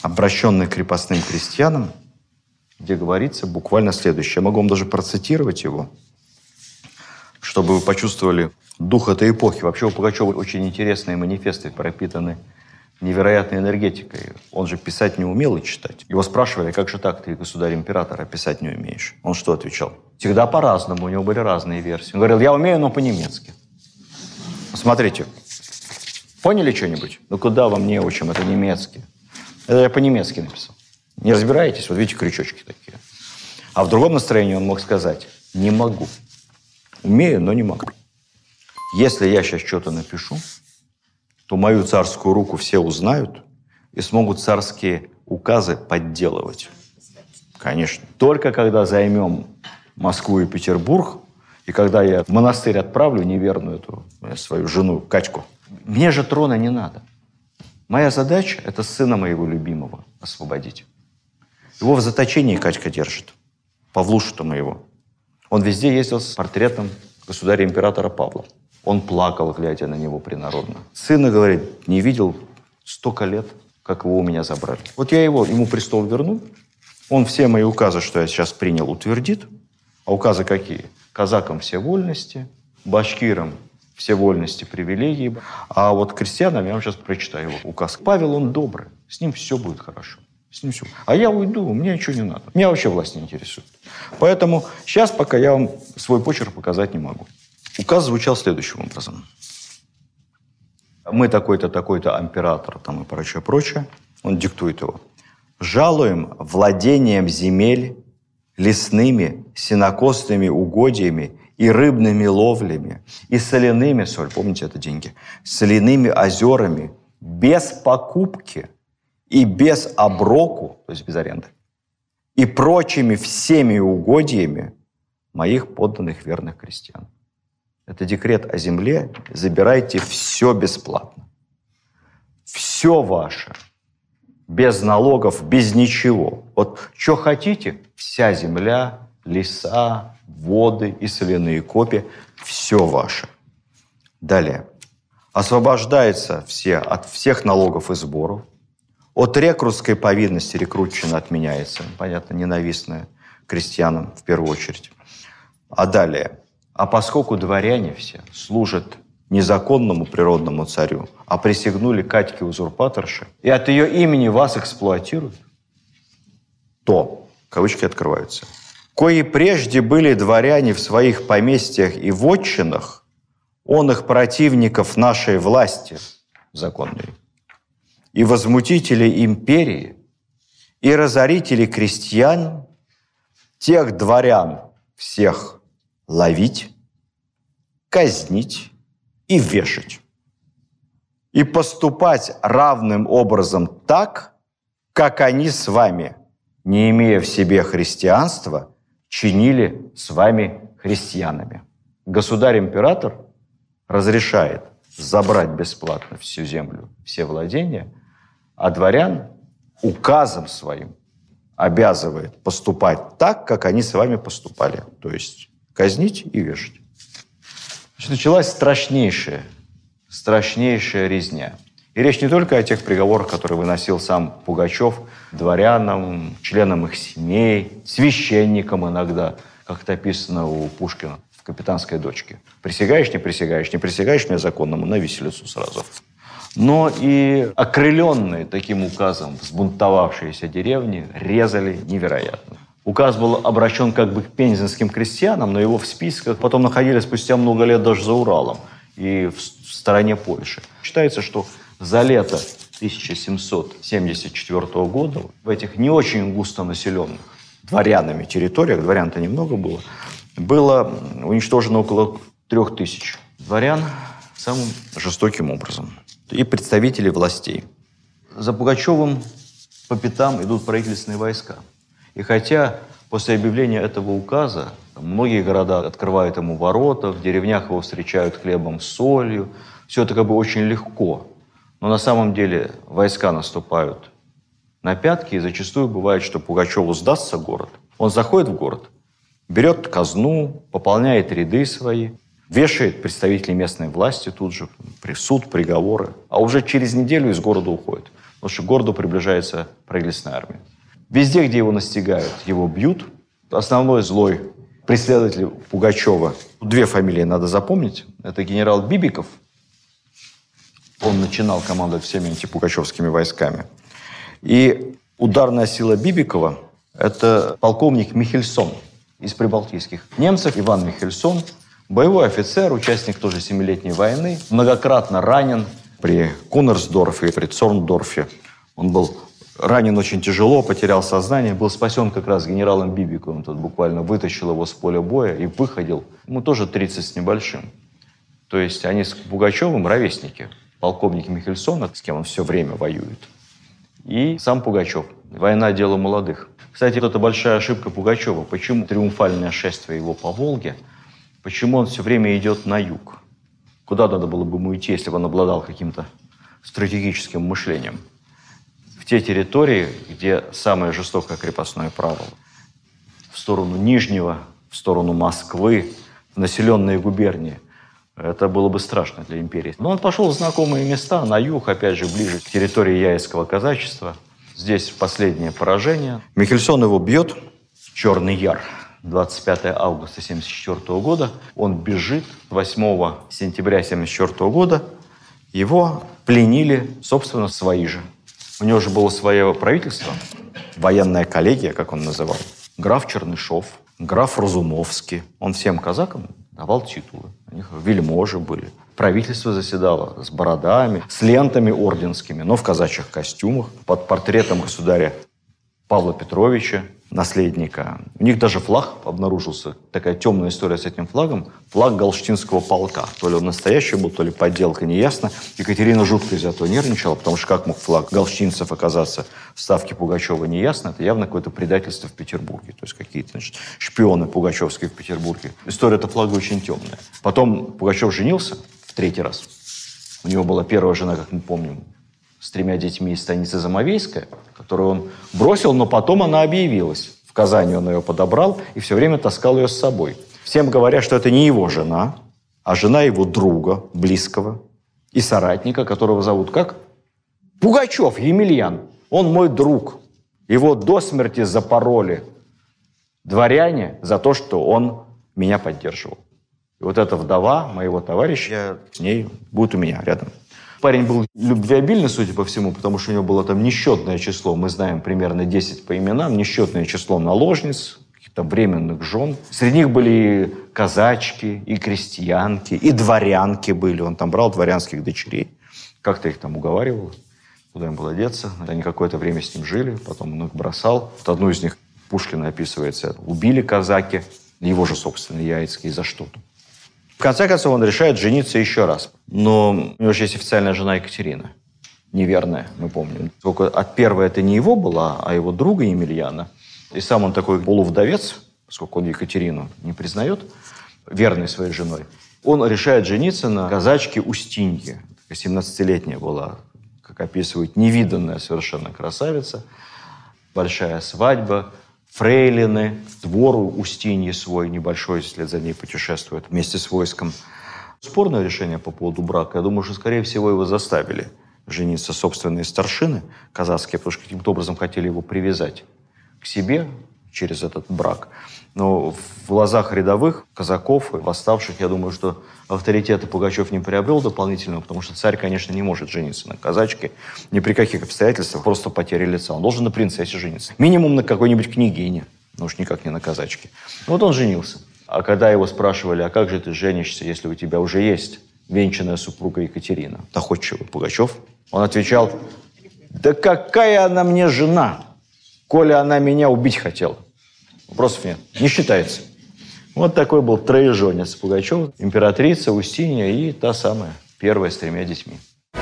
обращенный к крепостным крестьянам, где говорится буквально следующее. Я могу вам даже процитировать его, чтобы вы почувствовали дух этой эпохи. Вообще у Пугачева очень интересные манифесты, пропитаны невероятной энергетикой. Он же писать не умел и читать. Его спрашивали, как же так, ты, государь-император, а писать не умеешь? Он что отвечал? Всегда по-разному, у него были разные версии. Он говорил, я умею, но по-немецки. Смотрите, поняли что-нибудь? Ну куда вам не учим, это немецкий. Это я по-немецки написал. Не разбираетесь? Вот видите, крючочки такие. А в другом настроении он мог сказать, не могу. Умею, но не могу. Если я сейчас что-то напишу, то мою царскую руку все узнают и смогут царские указы подделывать. Конечно. Только когда займем Москву и Петербург, и когда я в монастырь отправлю неверную эту свою жену Катьку, мне же трона не надо. Моя задача – это сына моего любимого освободить. Его в заточении Катька держит. Павлушу-то моего. Он везде ездил с портретом государя-императора Павла. Он плакал, глядя на него принародно. Сына, говорит, не видел столько лет, как его у меня забрали. Вот я его, ему престол верну, он все мои указы, что я сейчас принял, утвердит. А указы какие? Казакам все вольности, башкирам все вольности, привилегии. А вот крестьянам я вам сейчас прочитаю его указ. Павел, он добрый, с ним все будет хорошо. С ним все. А я уйду, мне ничего не надо. Меня вообще власть не интересует. Поэтому сейчас пока я вам свой почерк показать не могу. Указ звучал следующим образом. Мы такой-то, такой-то император там и прочее, прочее. Он диктует его. Жалуем владением земель лесными, сенокосными угодьями и рыбными ловлями, и соляными, соль, помните, это деньги, соляными озерами, без покупки и без оброку, то есть без аренды, и прочими всеми угодьями моих подданных верных крестьян. Это декрет о земле, забирайте все бесплатно. Все ваше. Без налогов, без ничего. Вот что хотите, вся земля, леса, воды и соляные копи, все ваше. Далее. Освобождается все от всех налогов и сборов. От рекрутской повинности рекрутчина отменяется. Понятно, ненавистная крестьянам в первую очередь. А далее. А поскольку дворяне все служат незаконному природному царю, а присягнули Катьке узурпаторше, и от ее имени вас эксплуатируют, то, кавычки открываются, кои прежде были дворяне в своих поместьях и вотчинах, он их противников нашей власти законной, и возмутители империи, и разорители крестьян, тех дворян всех ловить, казнить и вешать. И поступать равным образом так, как они с вами, не имея в себе христианства, чинили с вами христианами. Государь-император разрешает забрать бесплатно всю землю, все владения, а дворян указом своим обязывает поступать так, как они с вами поступали. То есть казнить и вешать. Значит, началась страшнейшая, страшнейшая резня. И речь не только о тех приговорах, которые выносил сам Пугачев дворянам, членам их семей, священникам иногда, как это описано у Пушкина в «Капитанской дочке». Присягаешь, не присягаешь, не присягаешь мне законному, на виселицу сразу. Но и окрыленные таким указом взбунтовавшиеся деревни резали невероятно. Указ был обращен как бы к пензенским крестьянам, но его в списках потом находили спустя много лет даже за Уралом и в стороне Польши. Считается, что за лето тысяча семьсот семьдесят четвёртого года в этих не очень густонаселенных дворянами территориях, дворян-то немного было, было уничтожено около трех тысяч дворян самым жестоким образом. И представители властей. За Пугачевым по пятам идут правительственные войска. И хотя после объявления этого указа многие города открывают ему ворота, в деревнях его встречают хлебом с солью, все это как бы очень легко. Но на самом деле войска наступают на пятки, и зачастую бывает, что Пугачеву сдастся город. Он заходит в город, берет казну, пополняет ряды свои, вешает представителей местной власти тут же, суд, приговоры. А уже через неделю из города уходит, потому что к городу приближается правительственная армия. Везде, где его настигают, его бьют. Основной злой преследователь Пугачева, две фамилии надо запомнить, это генерал Бибиков. Он начинал командовать всеми антипугачевскими войсками. И ударная сила Бибикова – это полковник Михельсон из прибалтийских немцев. Иван Михельсон, боевой офицер, участник тоже Семилетней войны, многократно ранен при Кунерсдорфе и при Цорндорфе. Он был ранен очень тяжело, потерял сознание, был спасен как раз генералом Бибиковым. Тот буквально вытащил его с поля боя и выходил. Ему тоже тридцать с небольшим. То есть они с Пугачевым ровесники. Полковник Михельсон, с кем он все время воюет, и сам Пугачев. Война – дело молодых. Кстати, вот это большая ошибка Пугачева. Почему триумфальное шествие его по Волге, почему он все время идет на юг? Куда надо было бы ему идти, если бы он обладал каким-то стратегическим мышлением? В те территории, где самое жестокое крепостное право. В сторону Нижнего, в сторону Москвы, в населенные губернии. Это было бы страшно для империи. Но он пошел в знакомые места, на юг, опять же, ближе к территории Яицкого казачества. Здесь последнее поражение. Михельсон его бьет. Черный Яр. двадцать пятого августа тысяча девятьсот семьдесят четвёртого года. Он бежит. восьмого сентября тысяча девятьсот семьдесят четвёртого года его пленили, собственно, свои же. У него же было свое правительство. Военная коллегия, как он называл. Граф Чернышов, граф Разумовский. Он всем казакам давал титулы. У них вельможи были. Правительство заседало с бородами, с лентами орденскими, но в казачьих костюмах, под портретом государя Павла Петровича, наследника. У них даже флаг обнаружился. Такая темная история с этим флагом. Флаг Галштинского полка. То ли он настоящий был, то ли подделка, неясно. Екатерина жутко из-за этого нервничала, потому что как мог флаг галштинцев оказаться в ставке Пугачева, неясно. Это явно какое-то предательство в Петербурге. То есть какие-то, значит, шпионы пугачевские в Петербурге. История этого флага очень темная. Потом Пугачев женился в третий раз. У него была первая жена, как мы помним, с тремя детьми из станицы Замовейская, которую он бросил, но потом она объявилась. В Казани он ее подобрал и все время таскал ее с собой. Всем говорят, что это не его жена, а жена его друга, близкого и соратника, которого зовут как? Пугачев Емельян. Он мой друг. Его до смерти запороли дворяне за то, что он меня поддерживал. И вот эта вдова моего товарища, я с ней будет у меня рядом. Парень был любвеобильный, судя по всему, потому что у него было там несчетное число, мы знаем примерно десять по именам, несчетное число наложниц, каких-то временных жен. Среди них были и казачки, и крестьянки, и дворянки были. Он там брал дворянских дочерей, как-то их там уговаривал, куда им было деться. Они какое-то время с ним жили, потом он их бросал. Вот одну из них, Пушкин описывается, убили казаки, его же, собственно, Яицкие, за что-то. В конце концов, он решает жениться еще раз. Но у него же есть официальная жена Екатерина. Неверная, мы помним. Только от первой это не его была, а его друга Емельяна. И сам он такой полувдовец, поскольку он Екатерину не признает, верной своей женой. Он решает жениться на казачке Устинье. семнадцатилетняя была, как описывают, невиданная совершенно красавица. Большая свадьба. Фрейлины, двор Устиньи свой небольшой, вслед за ней путешествует вместе с войском. Спорное решение по поводу брака. Я думаю, что, скорее всего, его заставили жениться собственные старшины казацкие, потому что каким-то образом хотели его привязать к себе через этот брак. Но в глазах рядовых казаков и восставших, я думаю, что авторитета Пугачев не приобрел дополнительного, потому что царь, конечно, не может жениться на казачке ни при каких обстоятельствах, просто потеря лица. Он должен на принцессе жениться. Минимум на какой-нибудь княгине, но уж никак не на казачке. Вот он женился. А когда его спрашивали, а как же ты женишься, если у тебя уже есть венчанная супруга Екатерина? Доходчивый Пугачев. Он отвечал, да какая она мне жена, коли она меня убить хотела. Вопросов нет. Не считается. Вот такой был троеженец Пугачев. Императрица, Устинья и та самая, первая с тремя детьми.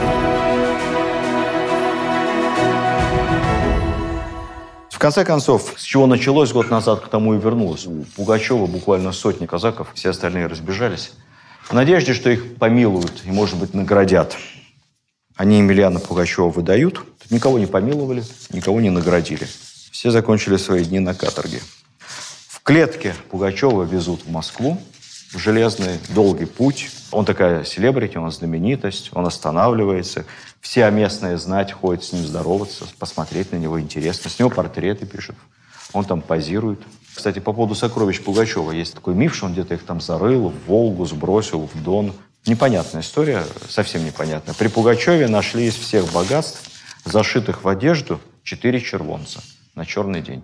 В конце концов, с чего началось год назад, к тому и вернулось. У Пугачева буквально сотни казаков, все остальные разбежались. В надежде, что их помилуют и, может быть, наградят. Они Емельяна Пугачева выдают. Тут никого не помиловали, никого не наградили. Все закончили свои дни на каторге. В клетке Пугачева везут в Москву. железный, долгий путь. Он такая селебрити, он знаменитость, он останавливается. Вся местная знать ходит с ним здороваться, посмотреть на него интересно. С него портреты пишут. Он там позирует. Кстати, по поводу сокровищ Пугачева есть такой миф, что он где-то их там зарыл, в Волгу сбросил, в Дон. Непонятная история, совсем непонятная. При Пугачеве нашли из всех богатств, зашитых в одежду, четыре червонца на черный день.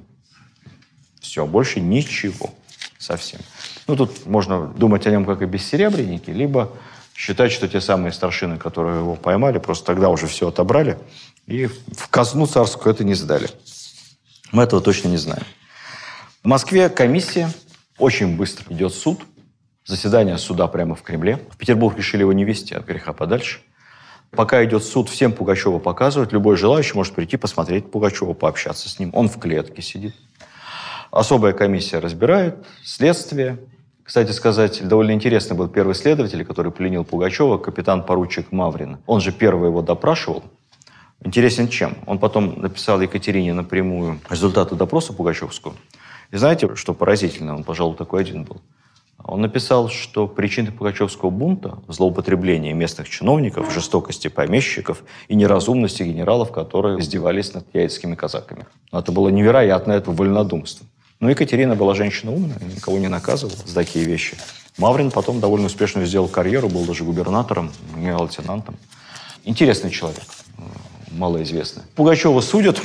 Все, больше ничего совсем. Ну, тут можно думать о нем как о бессеребреннике, либо считать, что те самые старшины, которые его поймали, просто тогда уже все отобрали и в казну царскую это не сдали. Мы этого точно не знаем. В Москве комиссия, очень быстро идет суд, заседание суда прямо в Кремле. В Петербург решили его не вести, от греха подальше. Пока идет суд, всем Пугачева показывают. Любой желающий может прийти посмотреть Пугачева, пообщаться с ним. Он в клетке сидит. Особая комиссия разбирает, следствие. Кстати сказать, довольно интересный был первый следователь, который пленил Пугачева, капитан-поручик Маврин. Он же первый его допрашивал. Интересен чем? Он потом написал Екатерине напрямую результаты допроса Пугачевского. И знаете, что поразительно? Он, пожалуй, такой один был. Он написал, что причиной Пугачевского бунта – злоупотребление местных чиновников, жестокости помещиков и неразумности генералов, которые издевались над яицкими казаками. Это было невероятное это вольнодумство. Но Екатерина была женщина умная, никого не наказывала за такие вещи. Маврин потом довольно успешно сделал карьеру, был даже губернатором, генерал-лейтенантом. Интересный человек, малоизвестный. Пугачева судят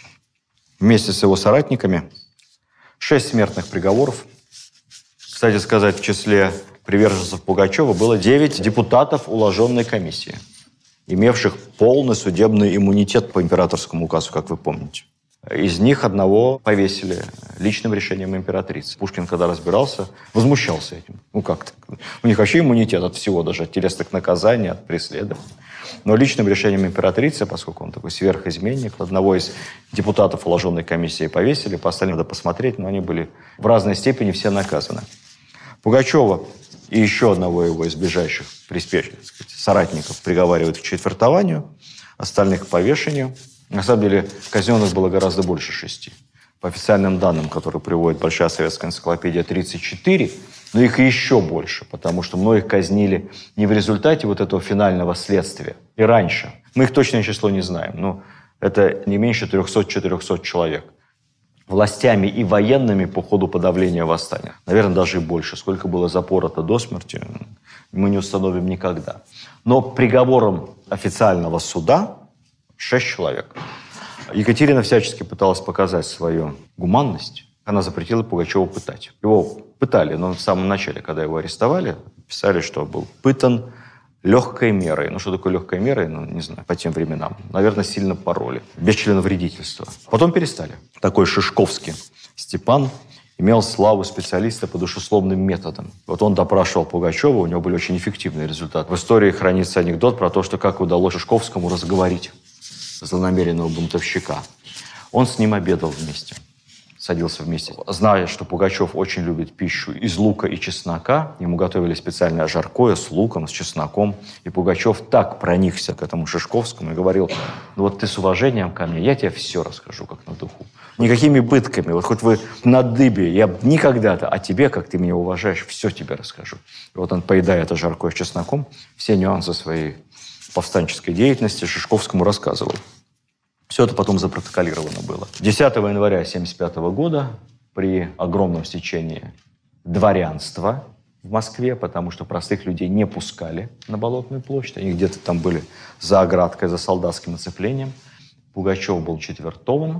вместе с его соратниками. Шесть смертных приговоров. Кстати сказать, в числе приверженцев Пугачева было девять депутатов уложенной комиссии, имевших полный судебный иммунитет по императорскому указу, как вы помните. Из них одного повесили личным решением императрицы. Пушкин, когда разбирался, возмущался этим. Ну как так? У них вообще иммунитет от всего, даже от телесных наказаний, от преследований. Но личным решением императрицы, поскольку он такой сверхизменник, одного из депутатов уложенной комиссии повесили, по остальным надо посмотреть, но они были в разной степени все наказаны. Пугачева и еще одного его из ближайших приспешников, так сказать, соратников приговаривают к четвертованию, остальных к повешению. На самом деле казненных было гораздо больше шести. По официальным данным, которые приводит Большая советская энциклопедия, тридцать четыре, но их еще больше, потому что многих казнили не в результате вот этого финального следствия, и раньше. Мы их точное число не знаем, но это не меньше трёхсот-четырёхсот человек. Властями и военными по ходу подавления восстания. Наверное, даже и больше. Сколько было запорото до смерти, мы не установим никогда. Но приговором официального суда шесть человек. Екатерина всячески пыталась показать свою гуманность. Она запретила Пугачева пытать. Его пытали, но в самом начале, когда его арестовали, писали, что был пытан легкой мерой. Ну, что такое легкой мерой? Ну, не знаю, по тем временам. Наверное, сильно пороли. Без членовредительства. Потом перестали. Такой Шишковский Степан имел славу специалиста по душесловным методам. Вот он допрашивал Пугачева, у него были очень эффективные результаты. В истории хранится анекдот про то, что как удалось Шишковскому разговорить злонамеренного бунтовщика. Он с ним обедал вместе. Садился вместе. Зная, что Пугачев очень любит пищу из лука и чеснока, ему готовили специальное жаркое с луком, с чесноком. И Пугачев так проникся к этому Шишковскому и говорил: ну вот ты с уважением ко мне, я тебе все расскажу, как на духу. Никакими пытками, вот хоть вы на дыбе, я никогда-то, а тебе, как ты меня уважаешь, все тебе расскажу. И вот он, поедая это жаркое с чесноком, все нюансы своей повстанческой деятельности Шишковскому рассказывал. Все это потом запротоколировано было. десятого января тысяча девятьсот семьдесят пятого года при огромном стечении дворянства в Москве, потому что простых людей не пускали на Болотную площадь, они где-то там были за оградкой, за солдатским оцеплением, Пугачев был четвертован,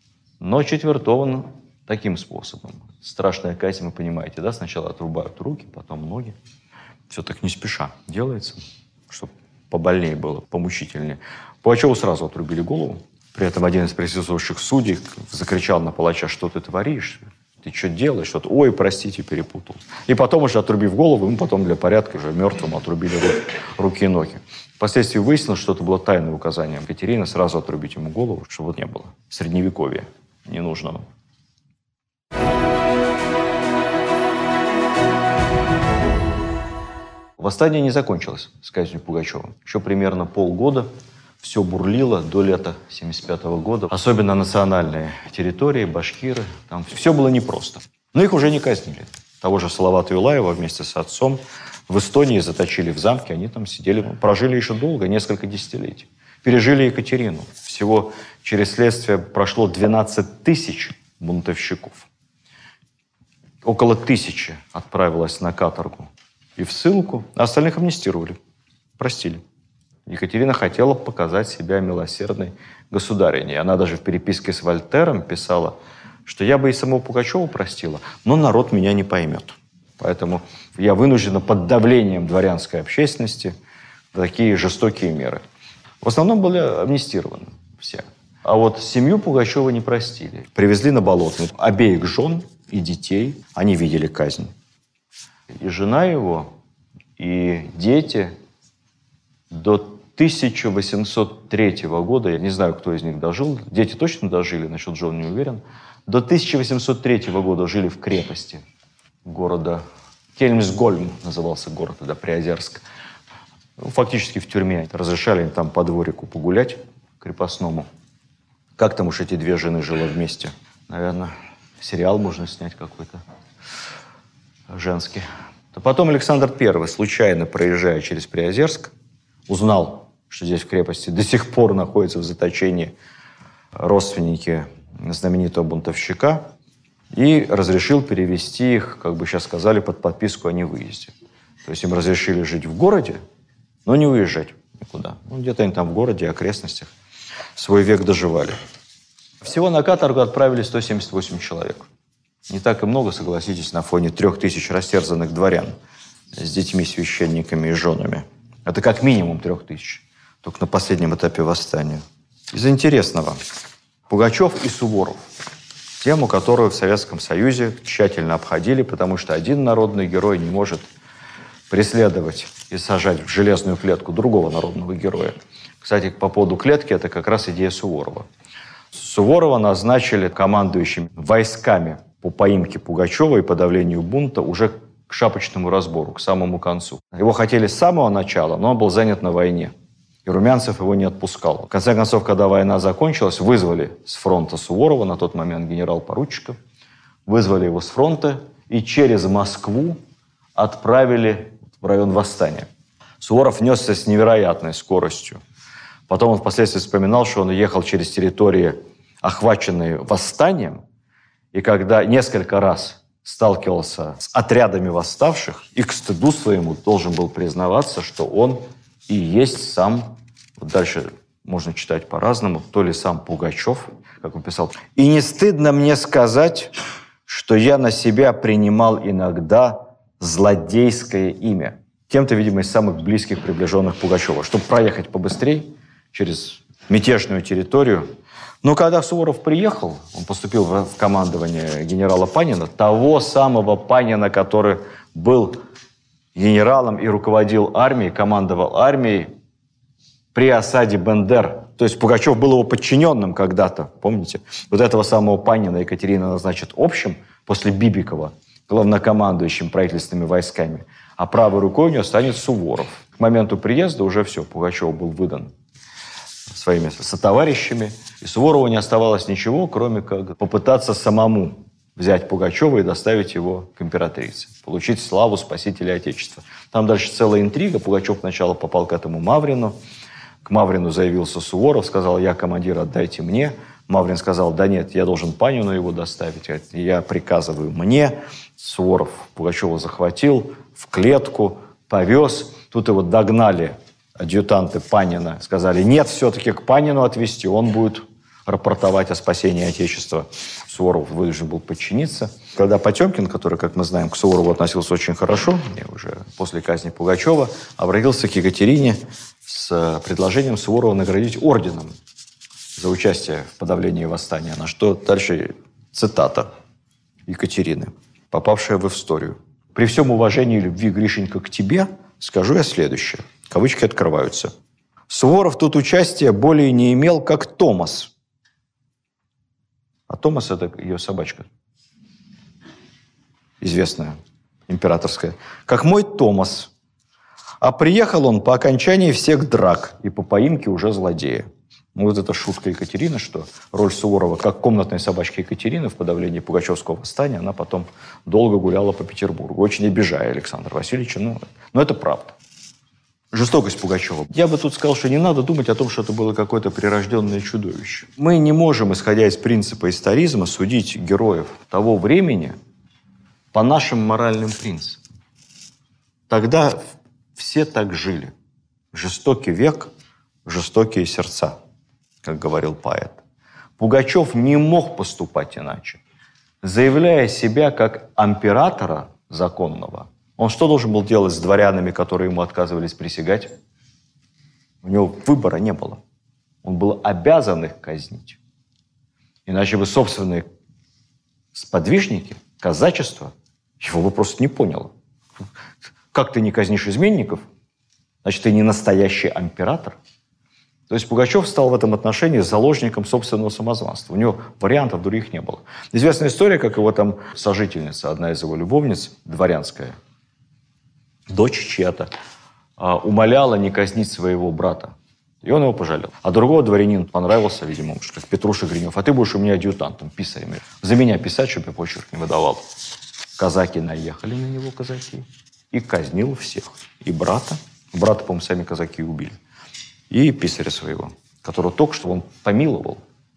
но четвертован таким способом. Страшная казнь, вы понимаете, да? Сначала отрубают руки, потом ноги. Все так не спеша делается, чтобы побольнее было, помучительнее. Пугачеву сразу отрубили голову. При этом один из присутствующих судей закричал на палача: что ты творишь? Ты что делаешь? Что-то, ой, простите, перепутал. И потом уже, отрубив голову, ему потом для порядка уже мертвым отрубили руки, руки и ноги. Впоследствии выяснилось, что это было тайное указание Екатерины сразу отрубить ему голову, чтобы вот не было средневековья ненужного. Восстание не закончилось с казнью Пугачева. Еще примерно полгода все бурлило до лета семьдесят пятого года. Особенно национальные территории, башкиры. Там все было непросто. Но их уже не казнили. того же Салавата Юлаева вместе с отцом в Эстонии заточили в замке. Они там сидели, прожили еще долго, несколько десятилетий. Пережили Екатерину. Всего через следствие прошло двенадцать тысяч бунтовщиков. Около тысячи отправилось на каторгу и в ссылку, а остальных амнистировали, простили. Екатерина хотела показать себя милосердной государыней. Она даже в переписке с Вольтером писала, что я бы и самого Пугачева простила, но народ меня не поймет. Поэтому я вынуждена под давлением дворянской общественности такие жестокие меры. В основном были амнистированы все. А вот семью Пугачева не простили. Привезли на Болотную обеих жен и детей. Они видели казнь. И жена его, и дети до тысяча восемьсот третьего года, я не знаю, кто из них дожил, дети точно дожили, насчет жен не уверен, до тысяча восемьсот третьего года жили в крепости города Кельмсгольм, назывался город тогда, Приозерск. Ну, фактически в тюрьме. Разрешали им там по дворику погулять крепостному. Как там уж эти две жены жило вместе? Наверное, сериал можно снять какой-то женский. А потом Александр Первый, случайно проезжая через Приозерск, узнал, что здесь в крепости до сих пор находятся в заточении родственники знаменитого бунтовщика, и разрешил перевести их, как бы сейчас сказали, под подписку о невыезде. То есть им разрешили жить в городе, но не уезжать никуда. Ну, где-то они там в городе, окрестностях свой век доживали. Всего на каторгу отправили сто семьдесят восемь человек. Не так и много, согласитесь, на фоне трех тысяч растерзанных дворян с детьми, священниками и женами. Это как минимум трех тысяч, только на последнем этапе восстания. Из интересного. Пугачев и Суворов. Тему, которую в Советском Союзе тщательно обходили, потому что один народный герой не может преследовать и сажать в железную клетку другого народного героя. Кстати, по поводу клетки, это как раз идея Суворова. Суворова назначили командующим войсками по поимке Пугачева и подавлению бунта уже к шапочному разбору, к самому концу. Его хотели с самого начала, но он был занят на войне. И Румянцев его не отпускал. В конце концов, когда война закончилась, вызвали с фронта Суворова, на тот момент генерал-поручика, вызвали его с фронта и через Москву отправили в район восстания. Суворов несся с невероятной скоростью. Потом он впоследствии вспоминал, что он ехал через территории, охваченные восстанием, и когда несколько раз сталкивался с отрядами восставших, и к стыду своему должен был признаваться, что он и есть сам, вот дальше можно читать по-разному, то ли сам Пугачев, как он писал. «И не стыдно мне сказать, что я на себя принимал иногда злодейское имя». Кем-то, видимо, из самых близких, приближенных Пугачева, чтобы проехать побыстрее через мятежную территорию. Но когда Суворов приехал, он поступил в командование генерала Панина, того самого Панина, который был генералом и руководил армией, командовал армией при осаде Бендер. То есть Пугачев был его подчиненным когда-то, помните? Вот этого самого Панина Екатерина назначит общим после Бибикова, главнокомандующим правительственными войсками, а правой рукой у него станет Суворов. К моменту приезда уже все, Пугачев был выдан своими сотоварищами, и Суворову не оставалось ничего, кроме как попытаться самому взять Пугачева и доставить его к императрице, получить славу спасителя Отечества. Там дальше целая интрига. Пугачев сначала попал к этому Маврину. К Маврину заявился Суворов, сказал: «Я командир, отдайте мне». Маврин сказал: «Да нет, я должен Панину его доставить, я приказываю мне». Суворов Пугачева захватил, в клетку, повез. Тут его догнали адъютанты Панина, сказали: «Нет, все-таки к Панину отвезти, он будет рапортовать о спасении Отечества». Суворов вынужден был подчиниться. Когда Потемкин, который, как мы знаем, к Суворову относился очень хорошо, уже после казни Пугачева, обратился к Екатерине с предложением Суворова наградить орденом за участие в подавлении восстания. На что дальше цитата Екатерины, попавшая в историю. «При всем уважении и любви, Гришенька, к тебе, скажу я следующее». Кавычки открываются. «Суворов тут участия более не имел, как Томас». А Томас – это ее собачка. Известная, императорская. «Как мой Томас. А приехал он по окончании всех драк и по поимке уже злодея». Ну, вот эта шутка Екатерины, что роль Суворова как комнатной собачки Екатерины в подавлении Пугачевского восстания, она потом долго гуляла по Петербургу, очень обижая Александра Васильевича. Ну, но это правда. Жестокость Пугачева. Я бы тут сказал, что не надо думать о том, что это было какое-то прирожденное чудовище. Мы не можем, исходя из принципа историзма, судить героев того времени по нашим моральным принципам. Тогда все так жили. Жестокий век, жестокие сердца, как говорил поэт. Пугачев не мог поступать иначе. Заявляя себя как императора законного, он что должен был делать с дворянами, которые ему отказывались присягать? У него выбора не было. Он был обязан их казнить. Иначе бы собственные сподвижники, казачество, его бы просто не поняло. Как ты не казнишь изменников? Значит, ты не настоящий император. То есть Пугачев стал в этом отношении заложником собственного самозванства. У него вариантов других не было. Известная история, как его там сожительница, одна из его любовниц, дворянская, дочь чья-то, умоляла не казнить своего брата. И он его пожалел. А другого дворянин понравился, видимо, уж как Петруша Гринев. А ты будешь у меня адъютантом, писарем. За меня писать, чтобы я почерк не выдавал. Казаки наехали на него, казаки, и казнил всех. И брата. Брата, по-моему, сами казаки убили. И писаря своего, которого только что он помиловал.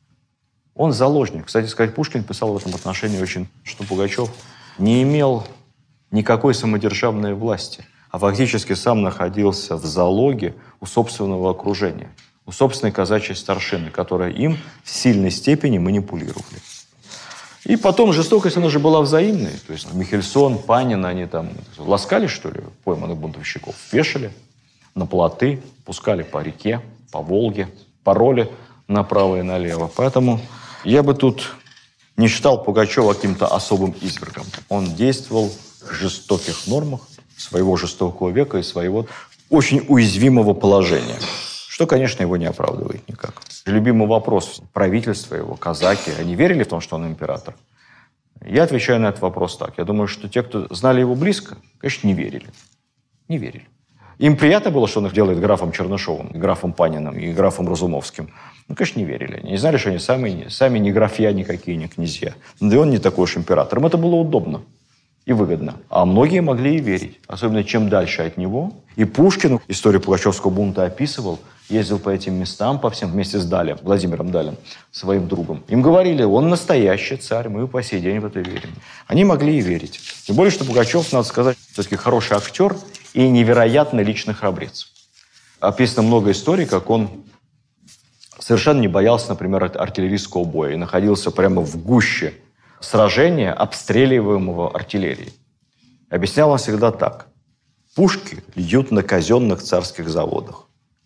Он заложник. Кстати сказать, Пушкин писал в этом отношении очень, что Пугачев не имел никакой самодержавной власти, а фактически сам находился в залоге у собственного окружения, у собственной казачьей старшины, которая им в сильной степени манипулировали. И потом жестокость, она же была взаимной. То есть Михельсон, Панин, они там ласкали, что ли, пойманных бунтовщиков, вешали на плоты, пускали по реке, по Волге, пароли направо и налево. Поэтому я бы тут не считал Пугачева каким-то особым извергом. Он действовал в жестоких нормах своего жестокого века и своего очень уязвимого положения. Что, конечно, его не оправдывает никак. Любимый вопрос правительства его, казаки, они верили в том, что он император? Я отвечаю на этот вопрос так. Я думаю, что те, кто знали его близко, конечно, не верили. Не верили. Им приятно было, что он их делает графом Чернышевым, графом Паниным и графом Разумовским. Ну, конечно, не верили. Они не знали, что они сами, сами не графья никакие, не князья. Да и он не такой уж император. Им это было удобно и выгодно. А многие могли и верить. Особенно чем дальше от него. И Пушкин историю Пугачевского бунта описывал, ездил по этим местам, по всем, вместе с Далем, Владимиром Далем, своим другом. Им говорили, он настоящий царь, мы по сей день в это верим. Они могли и верить. Тем более, что Пугачев, надо сказать, все-таки хороший актер и невероятный личный храбрец. Описано много историй, как он совершенно не боялся, например, артиллерийского боя и находился прямо в гуще сражения, обстреливаемого артиллерией. Объяснял он всегда так. Пушки льют на казенных царских заводах.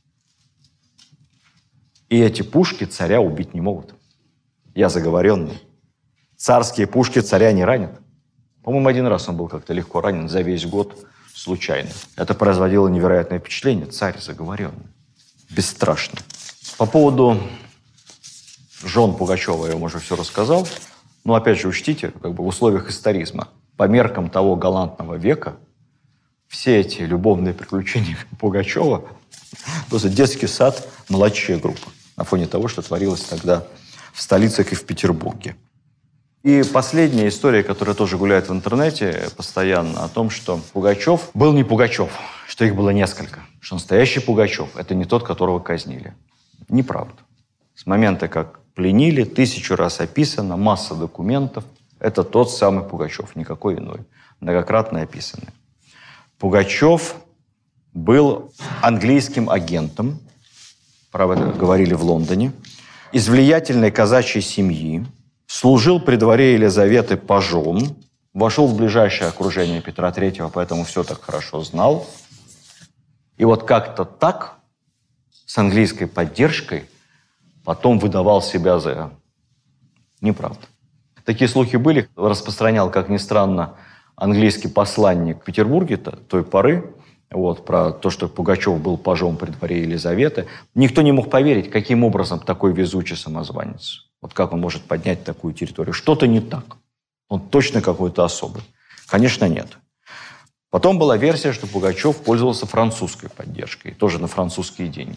И эти пушки царя убить не могут. Я заговоренный. Царские пушки царя не ранят. По-моему, один раз он был как-то легко ранен за весь год случайно. Это производило невероятное впечатление. Царь заговоренный. Бесстрашный. По поводу жен Пугачева я вам уже все рассказал. Но опять же учтите, как бы в условиях историзма, по меркам того галантного века, все эти любовные приключения Пугачева просто детский сад, младшая группа на фоне того, что творилось тогда в столице и в Петербурге. И последняя история, которая тоже гуляет в интернете постоянно, о том, что Пугачев был не Пугачев, что их было несколько, что настоящий Пугачев – это не тот, которого казнили. Неправда. С момента, как пленили, тысячу раз описано, масса документов. Это тот самый Пугачев, никакой иной, многократно описанный. Пугачев был английским агентом, правда, говорили в Лондоне, из влиятельной казачьей семьи, служил при дворе Елизаветы пажом, вошел в ближайшее окружение Петра Третьего, поэтому все так хорошо знал. И вот как-то так, с английской поддержкой, потом выдавал себя за... Неправда. Такие слухи были. Распространял, как ни странно, английский посланник в Петербурге той поры, вот, про то, что Пугачев был пажом при дворе Елизаветы. Никто не мог поверить, каким образом такой везучий самозванец. Вот как он может поднять такую территорию. Что-то не так. Он точно какой-то особый. Конечно, нет. Потом была версия, что Пугачев пользовался французской поддержкой, тоже на французские деньги.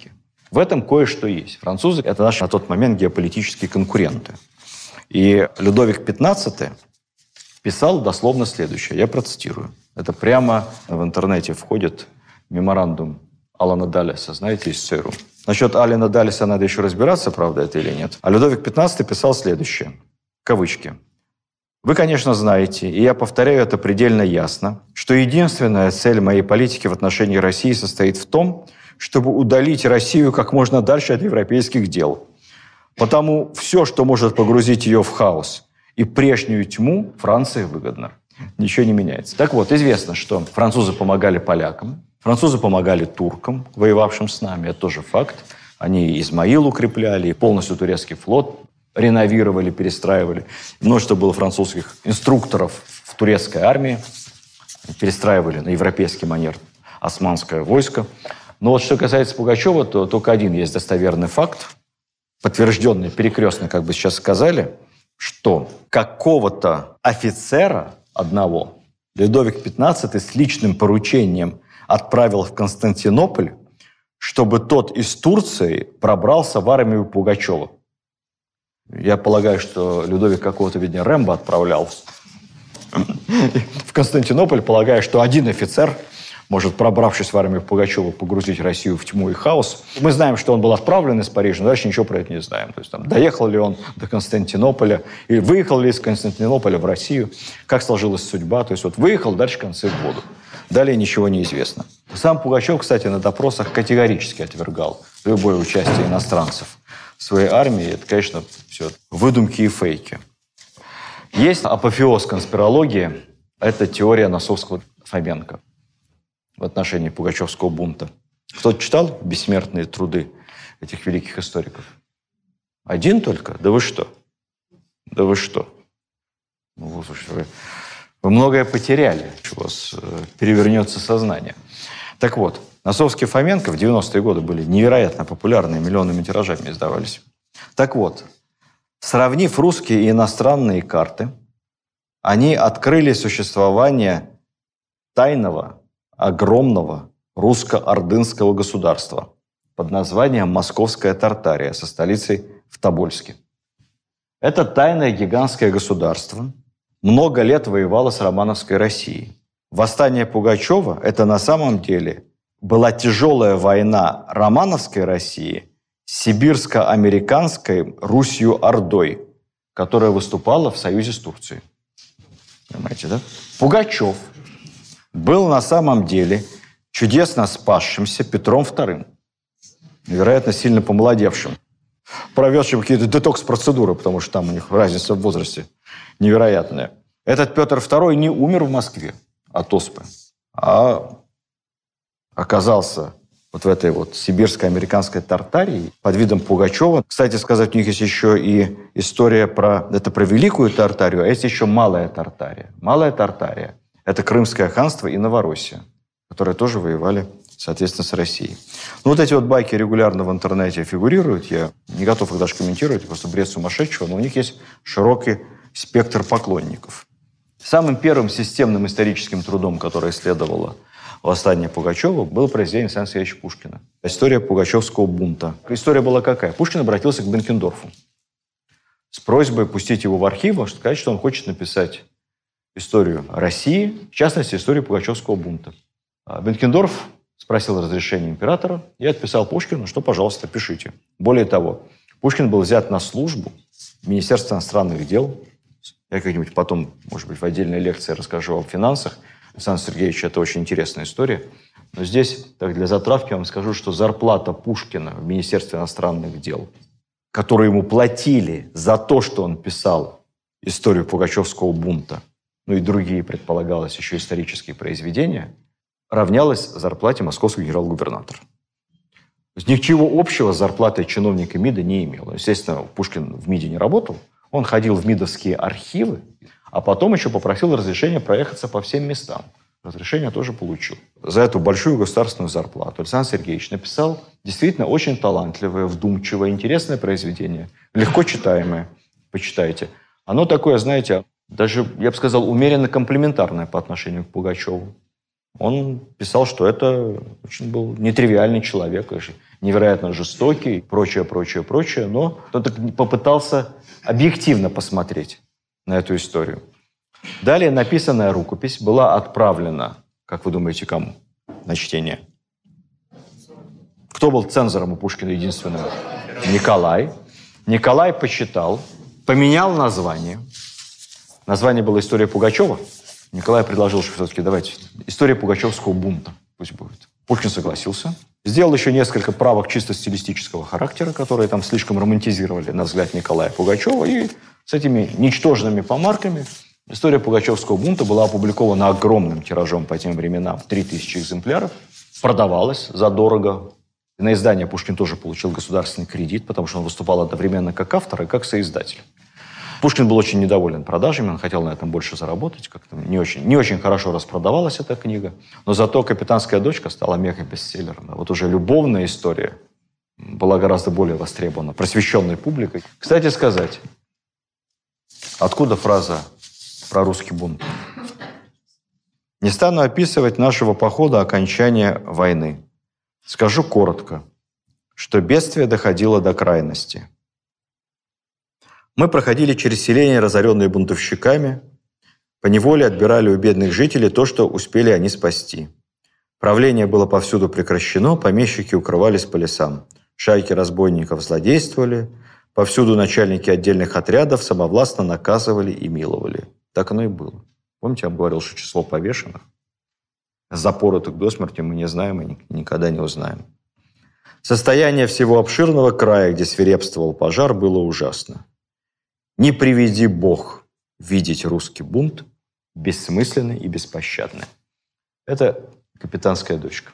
В этом кое-что есть. Французы – это наши на тот момент геополитические конкуренты. И Людовик пятнадцатый писал дословно следующее. Я процитирую. Это прямо в интернете входит меморандум Алана Даллеса, знаете, из ЦРУ. Насчет Алана Даллеса надо еще разбираться, правда это или нет. А Людовик пятнадцатый писал следующее. Кавычки. «Вы, конечно, знаете, и я повторяю это предельно ясно, что единственная цель моей политики в отношении России состоит в том, чтобы удалить Россию как можно дальше от европейских дел. Потому все, что может погрузить ее в хаос и прежнюю тьму, Франции выгодно». Ничего не меняется. Так вот, известно, что французы помогали полякам, французы помогали туркам, воевавшим с нами, это тоже факт. Они Измаил укрепляли, полностью турецкий флот реновировали, перестраивали. Множество было французских инструкторов в турецкой армии. Перестраивали на европейский манер османское войско. Но вот что касается Пугачева, то только один есть достоверный факт, подтвержденный перекрестно, как бы сейчас сказали, что какого-то офицера одного Людовик пятнадцатый с личным поручением отправил в Константинополь, чтобы тот из Турции пробрался в армию Пугачева. Я полагаю, что Людовик какого-то, видимо, Рэмбо отправлял в Константинополь, полагая, что один офицер может, пробравшись в армию Пугачева, погрузить Россию в тьму и хаос. Мы знаем, что он был отправлен из Парижа, но дальше ничего про это не знаем. То есть, там, доехал ли он до Константинополя, и выехал ли из Константинополя в Россию, как сложилась судьба. То есть, вот выехал, дальше концы в воду. Далее ничего не известно. Сам Пугачев, кстати, на допросах категорически отвергал любое участие иностранцев в своей армии. Это, конечно, все выдумки и фейки. Есть апофеоз конспирологии. Это теория Носовского-Фоменко в отношении пугачевского бунта. Кто-то читал бессмертные труды этих великих историков? Один только? Да вы что? Да вы что? Ну, слушайте, вы, вы многое потеряли. У вас э, перевернется сознание. Так вот, Носовский и Фоменко в девяностые годы были невероятно популярны, миллионными тиражами издавались. Так вот, сравнив русские и иностранные карты, они открыли существование тайного, огромного русско-ордынского государства под названием Московская Тартария со столицей в Тобольске. Это тайное гигантское государство много лет воевало с Романовской Россией. Восстание Пугачева – это на самом деле была тяжелая война Романовской России с сибирско-американской Русью-Ордой, которая выступала в союзе с Турцией. Понимаете, да? Пугачев был на самом деле чудесно спасшимся Петром вторым, вероятно, сильно помолодевшим, проведшим какие-то детокс-процедуры, потому что там у них разница в возрасте невероятная. Этот Петр второй не умер в Москве от оспы, а оказался вот в этой вот сибирско-американской Тартарии под видом Пугачева. Кстати сказать, у них есть еще и история про, это про Великую Тартарию, а есть еще Малая Тартария. Малая Тартария – это Крымское ханство и Новороссия, которые тоже воевали, соответственно, с Россией. Ну, вот эти вот байки регулярно в интернете фигурируют. Я не готов их даже комментировать, просто бред сумасшедшего, но у них есть широкий спектр поклонников. Самым первым системным историческим трудом, которое исследовало восстание Пугачева, было произведение Александра Сергеевича Пушкина. История пугачевского бунта. История была какая? Пушкин обратился к Бенкендорфу с просьбой пустить его в архив, сказать, что он хочет написать историю России, в частности, историю пугачевского бунта. Бенкендорф спросил разрешения императора и отписал Пушкину, что, пожалуйста, пишите. Более того, Пушкин был взят на службу в Министерство иностранных дел. Я как-нибудь потом, может быть, в отдельной лекции расскажу о финансах. Александр Сергеевич, это очень интересная история. Но здесь, так для затравки, я вам скажу, что зарплата Пушкина в Министерстве иностранных дел, которую ему платили за то, что он писал историю пугачевского бунта, ну и другие, предполагалось, еще исторические произведения, равнялась зарплате московского генерал-губернатора. То есть ничего общего с зарплатой чиновника МИДа не имел. Естественно, Пушкин в МИДе не работал. Он ходил в МИДовские архивы, а потом еще попросил разрешения проехаться по всем местам. Разрешение тоже получил. За эту большую государственную зарплату Александр Сергеевич написал действительно очень талантливое, вдумчивое, интересное произведение. Легко читаемое. Почитайте. Оно такое, знаете, даже, я бы сказал, умеренно комплиментарное по отношению к Пугачеву. Он писал, что это очень был нетривиальный человек, невероятно жестокий, прочее, прочее, прочее, но кто-то попытался объективно посмотреть на эту историю. Далее написанная рукопись была отправлена, как вы думаете, кому на чтение? Кто был цензором у Пушкина единственным? Николай. Николай почитал, поменял название. Название было «История Пугачева». Николай предложил, что все-таки давайте «История пугачевского бунта» пусть будет. Пушкин согласился. Сделал еще несколько правок чисто стилистического характера, которые там слишком романтизировали, на взгляд Николая Пугачева. И с этими ничтожными помарками «История пугачевского бунта» была опубликована огромным тиражом по тем временам в три тысячи экземпляров. Продавалась задорого. На издание Пушкин тоже получил государственный кредит, потому что он выступал одновременно как автор и как соиздатель. Пушкин был очень недоволен продажами, он хотел на этом больше заработать. Как-то не очень, не очень хорошо распродавалась эта книга. Но зато «Капитанская дочка» стала мега-бестселлером. Вот уже любовная история была гораздо более востребована просвещенной публикой. Кстати сказать, откуда фраза про русский бунт? Не стану описывать нашего похода окончания войны. Скажу коротко, что бедствие доходило до крайности. Мы проходили через селения, разоренные бунтовщиками, поневоле отбирали у бедных жителей то, что успели они спасти. Правление было повсюду прекращено, помещики укрывались по лесам. Шайки разбойников злодействовали, повсюду начальники отдельных отрядов самовластно наказывали и миловали. Так оно и было. Помните, я вам говорил, что число повешенных, запоротых до смерти, мы не знаем и никогда не узнаем. Состояние всего обширного края, где свирепствовал пожар, было ужасно. Не приведи Бог видеть русский бунт бессмысленный и беспощадный. Это «Капитанская дочка».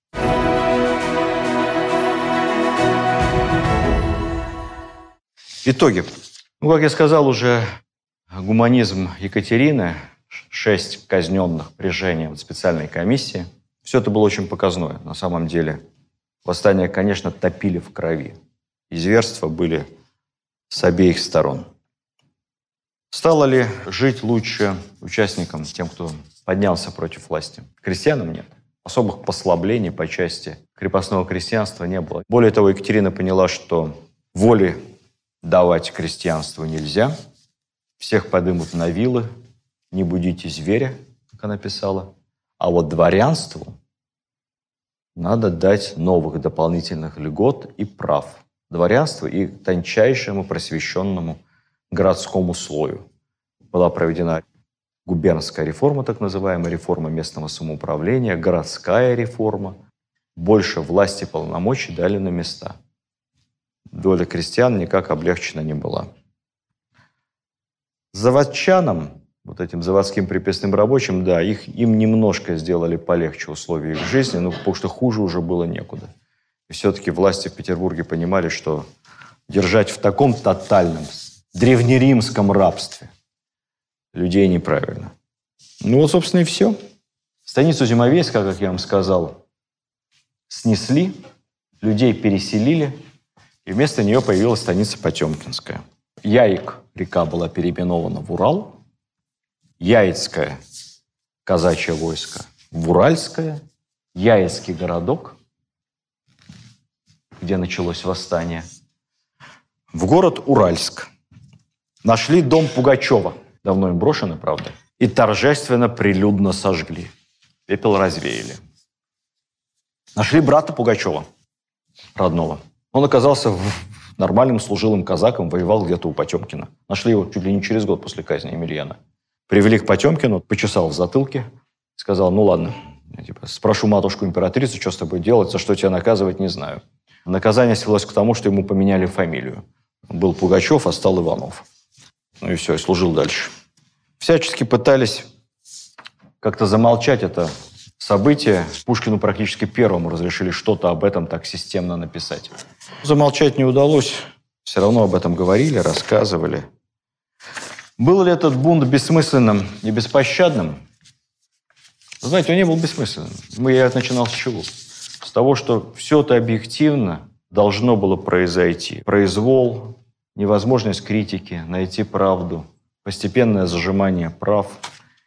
Итоги. Ну, как я сказал уже, гуманизм Екатерины, шесть казненных прижением специальной комиссии. Все это было очень показное. На самом деле восстание, конечно, топили в крови. И зверства были с обеих сторон. Стало ли жить лучше участникам, тем, кто поднялся против власти? Крестьянам нет. Особых послаблений по части крепостного крестьянства не было. Более того, Екатерина поняла, что воли давать крестьянству нельзя. Всех подымут на вилы. Не будите зверя, как она писала. А вот дворянству надо дать новых дополнительных льгот и прав. Дворянству и тончайшему просвещенному городскому слою. Была проведена губернская реформа, так называемая реформа местного самоуправления, городская реформа. Больше власти и полномочий дали на места. Доля крестьян никак облегчена не была. Заводчанам, вот этим заводским приписным рабочим, да, их, им немножко сделали полегче условия их жизни, но потому что хуже уже было некуда. И все-таки власти в Петербурге понимали, что держать в таком тотальном древнеримском рабстве людей неправильно. Ну вот, собственно, и все. Станицу Зимовейска, как я вам сказал, снесли, людей переселили, и вместо нее появилась станица Потемкинская. Яик, река, была переименована в Урал, Яицкое казачье войско в Уральское, Яицкий городок, где началось восстание, в город Уральск. Нашли дом Пугачева, давно им брошенный, правда, и торжественно, прилюдно сожгли. Пепел развеяли. Нашли брата Пугачева, родного. Он оказался нормальным служилым казаком, воевал где-то у Потемкина. Нашли его чуть ли не через год после казни Емельяна. Привели к Потемкину, почесал в затылке, сказал: ну ладно, я, типа, спрошу матушку-императрицу, что с тобой делать, за что тебя наказывать, не знаю. Наказание свелось к тому, что ему поменяли фамилию. Был Пугачев, а стал Иванов. Ну и все, и служил дальше. Всячески пытались как-то замолчать это событие. Пушкину практически первому разрешили что-то об этом так системно написать. Замолчать не удалось. Все равно об этом говорили, рассказывали. Был ли этот бунт бессмысленным и беспощадным? Вы знаете, он не был бессмысленным. Я начинал с чего? С того, что все это объективно должно было произойти. Произвол, невозможность критики, найти правду, постепенное зажимание прав.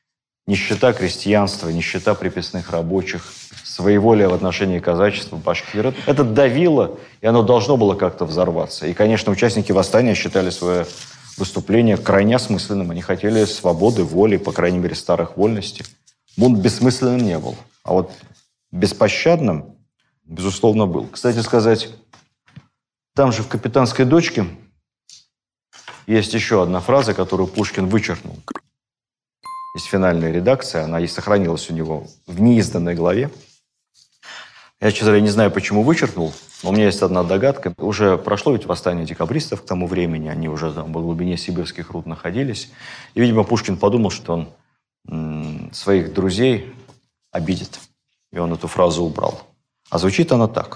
нищета крестьянства, нищета приписных рабочих, своеволие в отношении казачества, башкир. Это давило, и оно должно было как-то взорваться. И, конечно, участники восстания считали свое выступление крайне осмысленным. Они хотели свободы, воли, по крайней мере, старых вольностей. Бунт бессмысленным не был. А вот беспощадным, безусловно, был. Кстати сказать, там же в «Капитанской дочке» есть еще одна фраза, которую Пушкин вычеркнул из финальной редакции. Она и сохранилась у него в неизданной главе. Я, честно говоря, не знаю, почему вычеркнул, но у меня есть одна догадка. Уже прошло ведь восстание декабристов к тому времени, они уже там в глубине сибирских руд находились. И, видимо, Пушкин подумал, что он м- своих друзей обидит. И он эту фразу убрал. А звучит она так.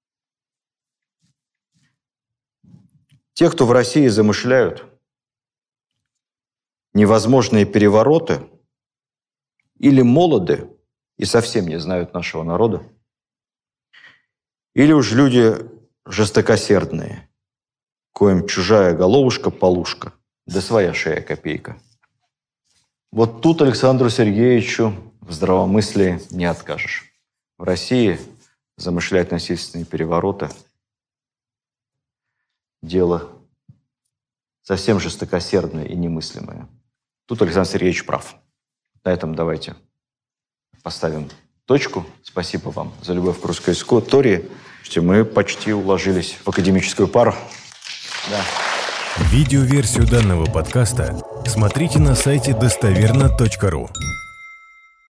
Те, кто в России замышляют невозможные перевороты, или молоды и совсем не знают нашего народа, или уж люди жестокосердные, коим чужая головушка-полушка, да своя шея-копейка. Вот тут Александру Сергеевичу в здравомыслии не откажешь. В России замышлять насильственные перевороты – дело совсем жестокосердное и немыслимое. Тут Александр Сергеевич прав. На этом давайте поставим точку. Спасибо вам за любовь к русской истории. Мы почти уложились в академическую пару. Да. Видеоверсию данного подкаста смотрите на сайте достоверно точка ру.